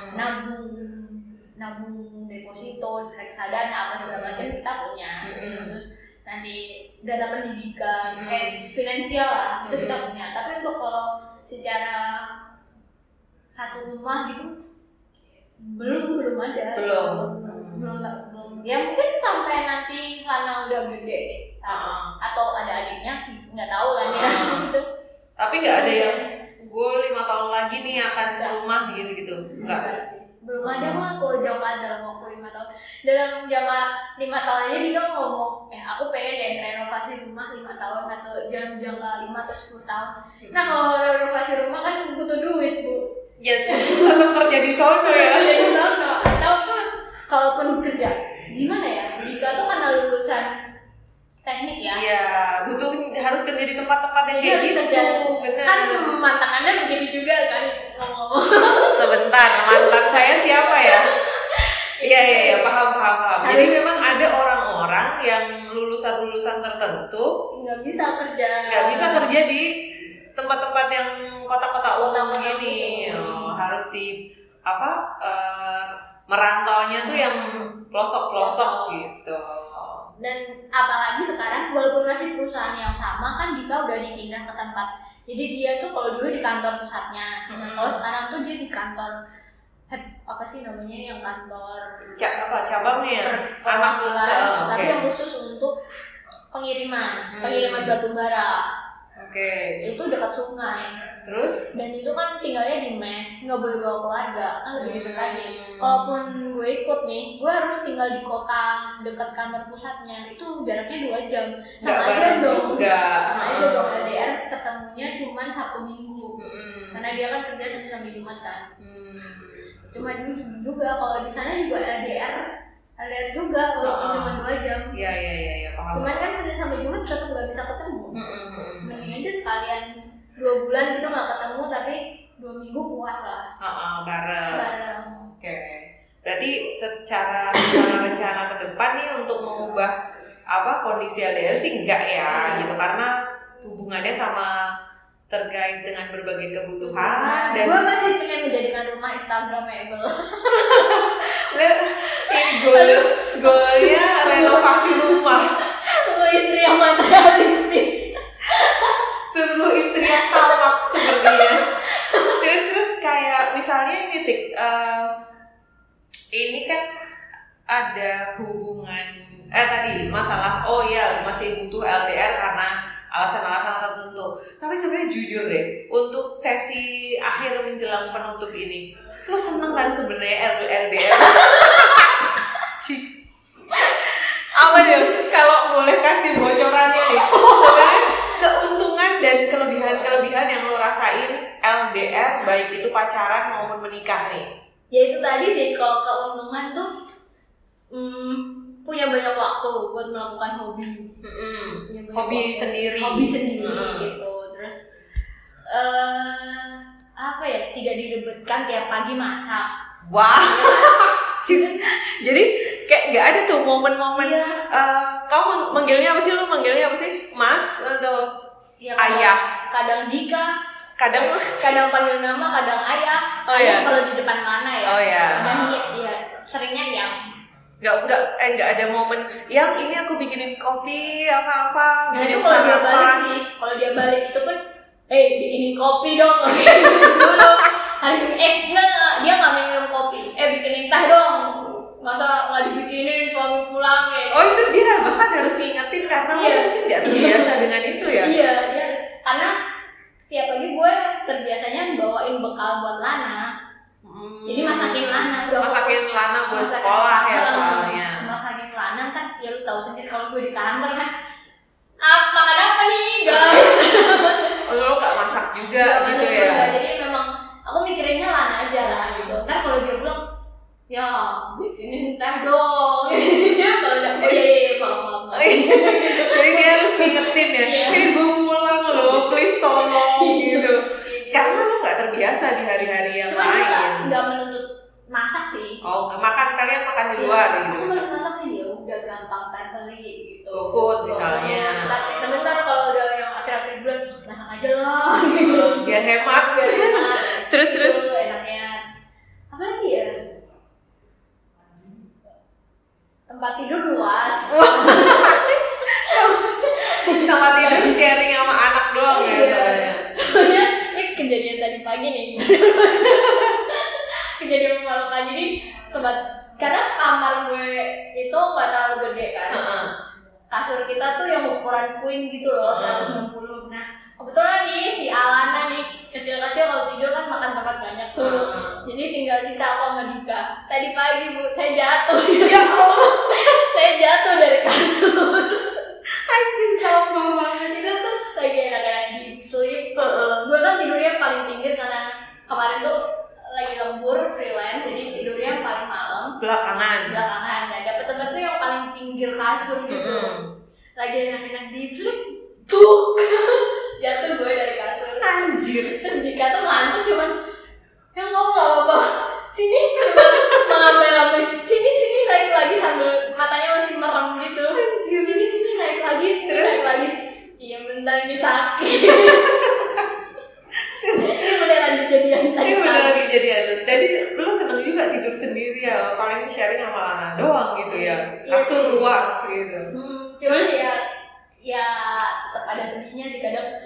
nabung deposito, reksadana apa segala macam kita punya. Terus nanti dana pendidikan, finansial lah itu kita punya. Tapi untuk kalau secara satu rumah gitu belum ada. Belum. Ya mungkin sampai nanti karena udah gede atau ada adiknya, nggak tahu kan ya gitu. Tapi nggak ada yang gue 5 tahun lagi nih akan serumah gitu. Nggak sih. Belum ada mah kalau jangka dalam waktu 5 tahun. Dalam jangka 5 tahun aja dia ngomong, aku pengen deh renovasi rumah 5 tahun atau dalam jangka 5 atau 10 tahun. Nah kalau renovasi rumah kan butuh duit, Bu. Ya tetap kerja di sono ya. Kerja di sono atau kalaupun kerja gimana ya? Dika tuh karena lulusan teknik ya. Iya, harus kerja di tempat-tempat yang kayak gitu. Benar. Kan mantannya begitu juga kan ngomong-ngomong. Sebentar, mantan saya siapa ya? Iya, paham. Jadi memang ada orang-orang yang lulusan tertentu nggak bisa kerja di tempat-tempat yang kota-kota umum gini. Harus di merantaunya tuh yang pelosok-pelosok gitu. Dan apalagi sekarang walaupun masih perusahaan yang sama kan Dika udah dipindah ke tempat Jadi dia tuh kalau dulu di kantor pusatnya, kalau sekarang tuh dia di kantor apa sih namanya yang kantor cabangnya perwakilan, tapi yang khusus untuk pengiriman batu bara. Itu dekat sungai. Terus? Dan itu kan tinggalnya di mes, nggak boleh bawa keluarga, kan lebih dekat lagi. Kalaupun gue ikut nih, gue harus tinggal di kota dekat kantor pusatnya. Itu jaraknya 2 jam. Sama aja dong LDR ketemunya cuma Sabtu Minggu. Karena dia kan kerja Senin sampai Jumat kan. Cuma dulu juga kalau di sana juga LDR juga walaupun cuma 2 jam. Iya, paham. Cuman kan Senin sampai Jumat tetap nggak bisa ketemu. Mending aja sekalian 2 bulan gitu nggak ketemu tapi 2 minggu puas lah. Bareng. Berarti secara rencana ke depan nih untuk mengubah kondisi LDR sih enggak ya gitu, karena hubungannya sama terkait dengan berbagai kebutuhan. Dan gue masih pengen menjadikan rumah Instagramable. Ini goalnya renovasi rumah. Sungguh istri yang materialistis. Sungguh istri yang tamak sepertinya. Terus kayak misalnya ini ini kan ada hubungan tadi masalah masih butuh LDR karena alasan-alasan tertentu. Tapi sebenarnya jujur deh, untuk sesi akhir menjelang penutup ini, lo seneng kan sebenarnya LDR? Apa ya? Kalau boleh kasih bocorannya nih, sebenarnya keuntungan dan kelebihan yang lo rasain LDR, baik itu pacaran maupun menikah nih. Ya itu tadi sih, kalau keuntungan tuh punya banyak waktu buat melakukan hobi. Hobi sendiri gitu. Terus tidak diribetkan tiap pagi masak. Wah. Jadi kayak nggak ada tuh momen-momen. Kamu manggilnya apa sih? Lu manggilnya apa sih? Mas atau ayah? Kadang Dika, kadang panggil nama, kadang ayah. Kalau di depan mana ya? Kadang seringnya yang nggak ada momen yang ini aku bikinin kopi apa. Nah itu kalau dia balik sih, kalau dia balik itu pun bikinin kopi dong, dulu hari enggak dia nggak minum kopi, bikinin teh dong, masa nggak dibikinin suami pulang ya? Oh itu dia bahkan harus ngingetin karena mungkin nggak terbiasa dengan itu ya? Iya, karena tiap pagi gue terbiasanya bawain bekal buat Lana. Jadi masakin Lana buat sekolah ya soalnya. Masakin Lana kan ya lu tahu sendiri kalau gue di kantor kan makan apa nih guys. Lo gak masak juga gitu ya. Jadi memang aku mikirinnya Lana aja lah gitu. Ntar kalau dia bilang ya bikinin teh dong. Dia kalau udah maaf. Jadi dia harus ngingetin ya. Ini gue pulang loh, please tolong gitu. Karena lo gak terbiasa di hari-hari yang lain. Nggak menuntut masak sih. Kalian makan di luar gitu. Aku harus masak nih ya udah gampang beli gitu. GoFood misalnya. Tapi ntar kalau udah yang akhir-akhir bulan masak aja lah gitu. Biar hemat. Terus enaknya. Apa lagi ya? Tempat tidur luas. Tempat tidur sharing sama anak doang ya soalnya. Soalnya ini kejadian tadi pagi nih. Kejadian memalukan. Jadi karena kamar gue itu nggak terlalu gede kan. Kasur kita tuh yang ukuran queen gitu loh, 160. Nah kebetulan nih si Alana nih kecil-kecil kalau tidur kan makan tempat banyak tuh. Jadi tinggal sisa aku sama Dika. Tadi pagi Bu saya jatuh. Ya Allah. Saya jatuh dari kasur. Anjir sama banget. Itu tuh lagi enak-enak deep sleep. Gue kan tidurnya paling pinggir karena kemarin tuh lagi lembur freelance, jadi tidurnya paling malam. Belakangan. Nah dapet tempat tuh yang paling pinggir kasur gitu. Lagi enak-enak deep sleep. Jatuh gue dari kasur. Anjir. Terus Dika tuh ngantuk cuman kamu gak apa-apa. Sini cuman mengambil sini naik lagi sambil matanya masih merem gitu. Anjir. Sini naik lagi. Iya bentar ini sakit. Ini beneran kejadian tadi. Jadi lu seneng juga tidur sendiri ya, paling sharing sama Lana doang gitu ya. Kasur luas gitu. Cuma ya tetap ada sedihnya sih kadang.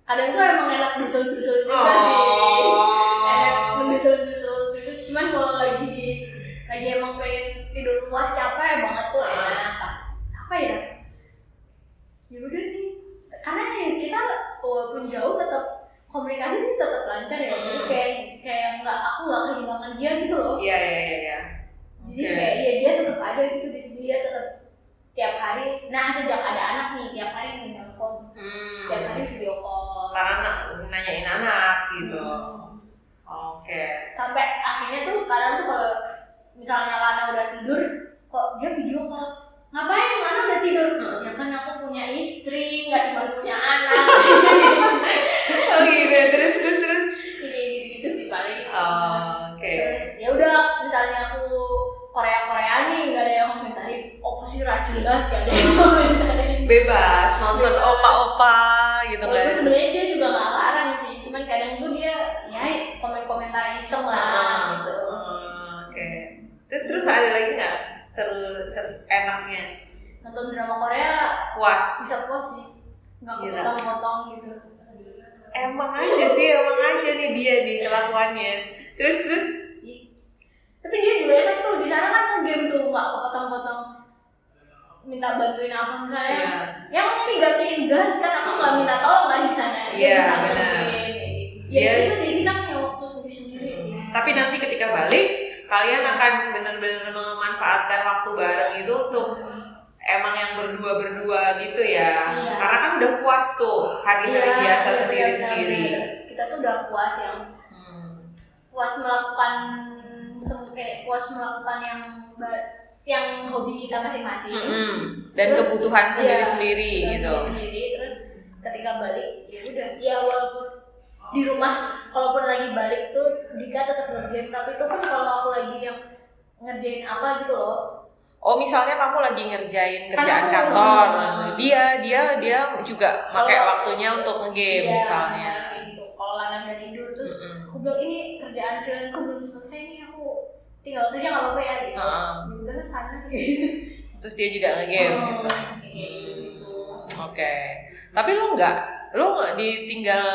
kadang tuh emang enak dusul-dusul juga sih, enak mendusul-dusul gitu. Cuman kalau lagi emang pengen tidur puas capek banget tuh enak apa ya udah sih, karena kita walaupun jauh tetap komunikasi sih tetap lancar ya. Jadi kayak aku nggak kehilangan dia gitu loh. Iya. Jadi kayak dia tetap ada gitu di sini, dia tetap tiap hari. Nah sejak ada anak nih tiap hari nih nelfon, tiap hari video call. Karena nanyain anak gitu. Oke. Sampai akhirnya tuh sekarang tuh kalau misalnya Lana udah tidur, kok dia video call. Ngapain Lana udah tidur? Ya kan aku punya istri, nggak cuma punya anak. Oh gitu. Terus. Gitu sih paling. Oke. Terus ya udah, misalnya aku Korea nih, nggak ada yang komentarin. Oposisi jelas, nggak ada yang komentarin. Bebas nonton opa-opa gitu kan. Sebenarnya dia juga nggak larang sih, cuman kadang tuh dia ya komentar iseng lah gitu. Oke. Terus ada lagi nggak seru enaknya? Nonton drama Korea puas. Bisa puas sih, nggak potong-potong gitu. Emang aja nih dia nih kelakuannya. Terus. Tapi dia juga enak tuh, di sana kan nge-game tuh, nggak kepotong-potong. Minta bantuin apa misalnya, yang ini gantiin gas kan, aku nggak minta tolong kan di sana. Iya benar. Ya itu sih, kita punya waktu sendiri sih. Tapi nanti ketika balik, kalian akan benar-benar memanfaatkan waktu bareng itu untuk emang yang berdua gitu ya. Iya. Karena kan udah puas tuh hari-hari biasa sendiri-sendiri. Kita tuh udah puas puas melakukan yang hobi kita masing-masing. Dan terus, kebutuhan sendiri-sendiri gitu. Terus ketika balik ya udah, ya walaupun di rumah kalaupun lagi balik tuh Dika tetap nge-game, tapi itu pun kalau aku lagi yang ngerjain apa gitu loh. Oh misalnya kamu lagi ngerjain kerjaan kantor, dia juga pakai waktunya untuk nge-game misalnya. Gitu. Kalau Lana udah tidur terus aku bilang ini kerjaan freelance-ku belum selesai nih, aku tinggal kerja nggak apa-apa ya gitu. Udah kan sana gitu. Terus dia juga nge-game gitu. Oke. Tapi lo nggak ditinggal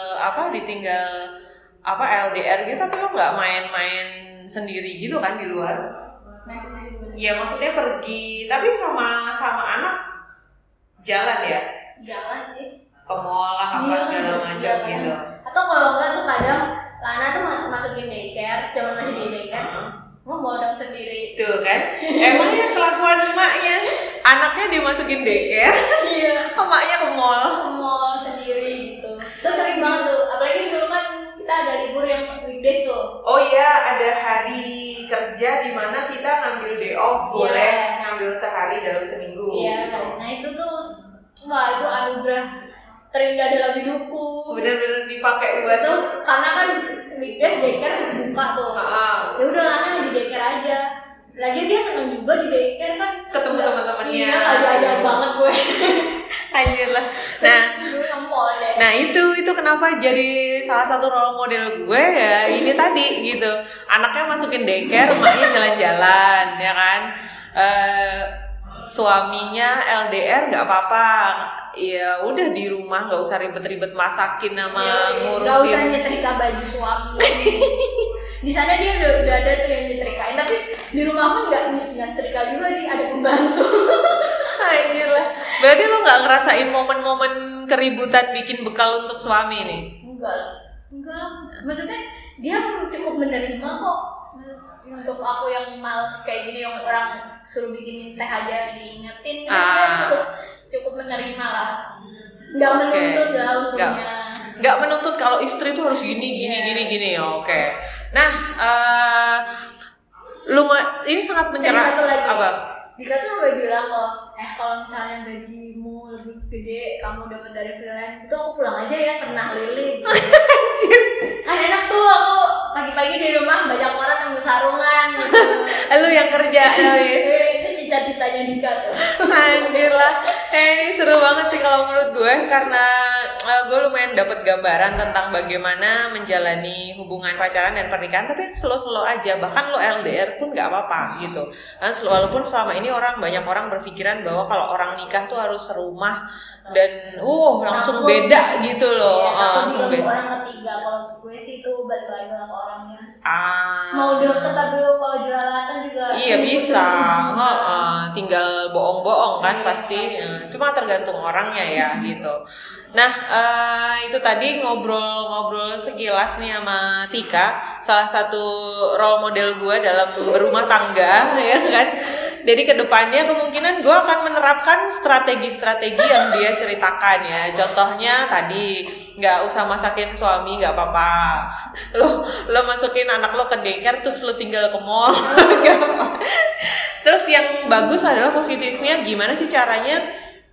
LDR gitu, tapi lo nggak main-main sendiri gitu kan di luar? Main sendiri. Iya maksudnya pergi, tapi sama anak jalan ya? Jalan sih. Ke mall lah apa segala macam gitu. Atau kalau enggak tuh kadang Lana tuh masukin daycare, zaman masih di daycare. Mau dong sendiri. Tuh kan? Emangnya kelakuan emaknya, anaknya dimasukin daycare, emaknya ke mall sendiri gitu. Terus sering banget tuh, apalagi dulu kan kita ada libur yang weekdays tuh. Oh iya, ada hari kerja di mana kita ngambil day off, boleh ngambil sehari dalam seminggu. Iya. Gitu. Nah itu tuh, itu anugerah terindah dalam hidupku. Bener-bener dipakai buat itu, karena kan weekdays daycare buka tuh. Ya udah Lana di daycare aja. Lagian dia seneng juga di daycare kan. Ketemu teman-temannya. Iya, aja banget gue. Anjir lah. Nah itu kenapa jadi salah satu role model gue ya ini tadi gitu. Anaknya masukin daycare, emaknya jalan-jalan ya kan. Suaminya LDR nggak apa-apa, ya udah di rumah nggak usah ribet-ribet masakin sama ngurusin. Nggak usah nyetrika baju suami. Di sana dia udah ada tuh yang nyetrikain, tapi di rumah pun nggak setrika juga, ada pembantu. Anjir lah. Berarti lo nggak ngerasain momen-momen keributan bikin bekal untuk suami nih? Enggak. Maksudnya dia cukup menerima kok. Untuk aku yang males kayak gini, yang orang suruh bikinin teh aja diingetin, dia cukup menerima lah. Nggak menuntut lah untungnya. Nggak menuntut kalau istri tuh harus gini. Oke. Nah, ini sangat mencerah. Satu lagi. Apa? Dika tuh sampai bilang kalau misalnya gajimu lebih gede kamu dapat dari freelance, itu aku pulang aja ya ternak lilin. Kan enak tuh, aku pagi-pagi di rumah baca koran yang bersarungan gitu. Lu yang kerja. Itu cita-citanya Dika tuh. Anjir lah. Ini seru banget sih kalau menurut gue, karena gue lumayan dapat gambaran tentang bagaimana menjalani hubungan pacaran dan pernikahan, tapi slow-slow aja. Bahkan lo LDR pun nggak apa-apa gitu. Nah, walaupun selama ini banyak orang berpikiran bahwa kalau orang nikah tuh harus serumah dan langsung beda gitu loh. Langsung beda. Orang ketiga, kalau gue sih itu balik lagi ke orangnya. Mau deket tapi lo kalau jelalatan juga. Iya bisa. Tinggal bohong-bohong kan pasti. Cuma tergantung orangnya ya gitu. Nah itu tadi ngobrol-ngobrol sekilas nih sama Tika, salah satu role model gue dalam berumah tangga ya kan. Jadi kedepannya kemungkinan gue akan menerapkan strategi-strategi yang dia ceritakan ya. Contohnya tadi nggak usah masakin suami, nggak apa-apa. Lo masukin anak lo ke daycare terus lo tinggal ke mall. Terus yang bagus adalah positifnya gimana sih caranya?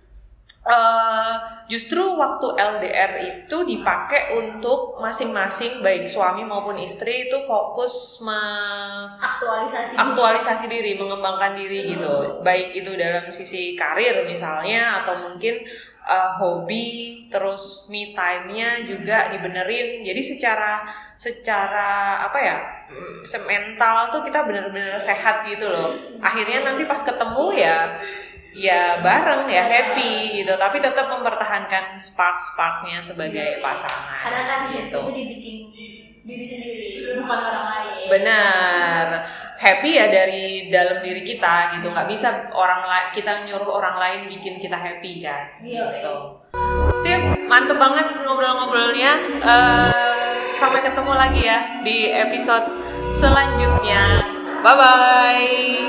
Justru waktu LDR itu dipakai untuk masing-masing baik suami maupun istri itu fokus aktualisasi diri, mengembangkan diri gitu. Baik itu dalam sisi karir misalnya, atau mungkin hobi, terus me time-nya juga dibenerin. Jadi secara apa ya, mental tuh kita benar-benar sehat gitu loh. Akhirnya nanti pas ketemu ya bareng ya happy gitu, tapi tetap mempertahankan sparknya sebagai pasangan. Karena kan gitu. Itu dibikin diri sendiri, bukan orang lain. Benar, happy ya dari dalam diri kita gitu. Nggak bisa kita nyuruh orang lain bikin kita happy kan. Gitu. Sip, mantep banget ngobrol-ngobrolnya. Sampai ketemu lagi ya di episode selanjutnya. Bye bye.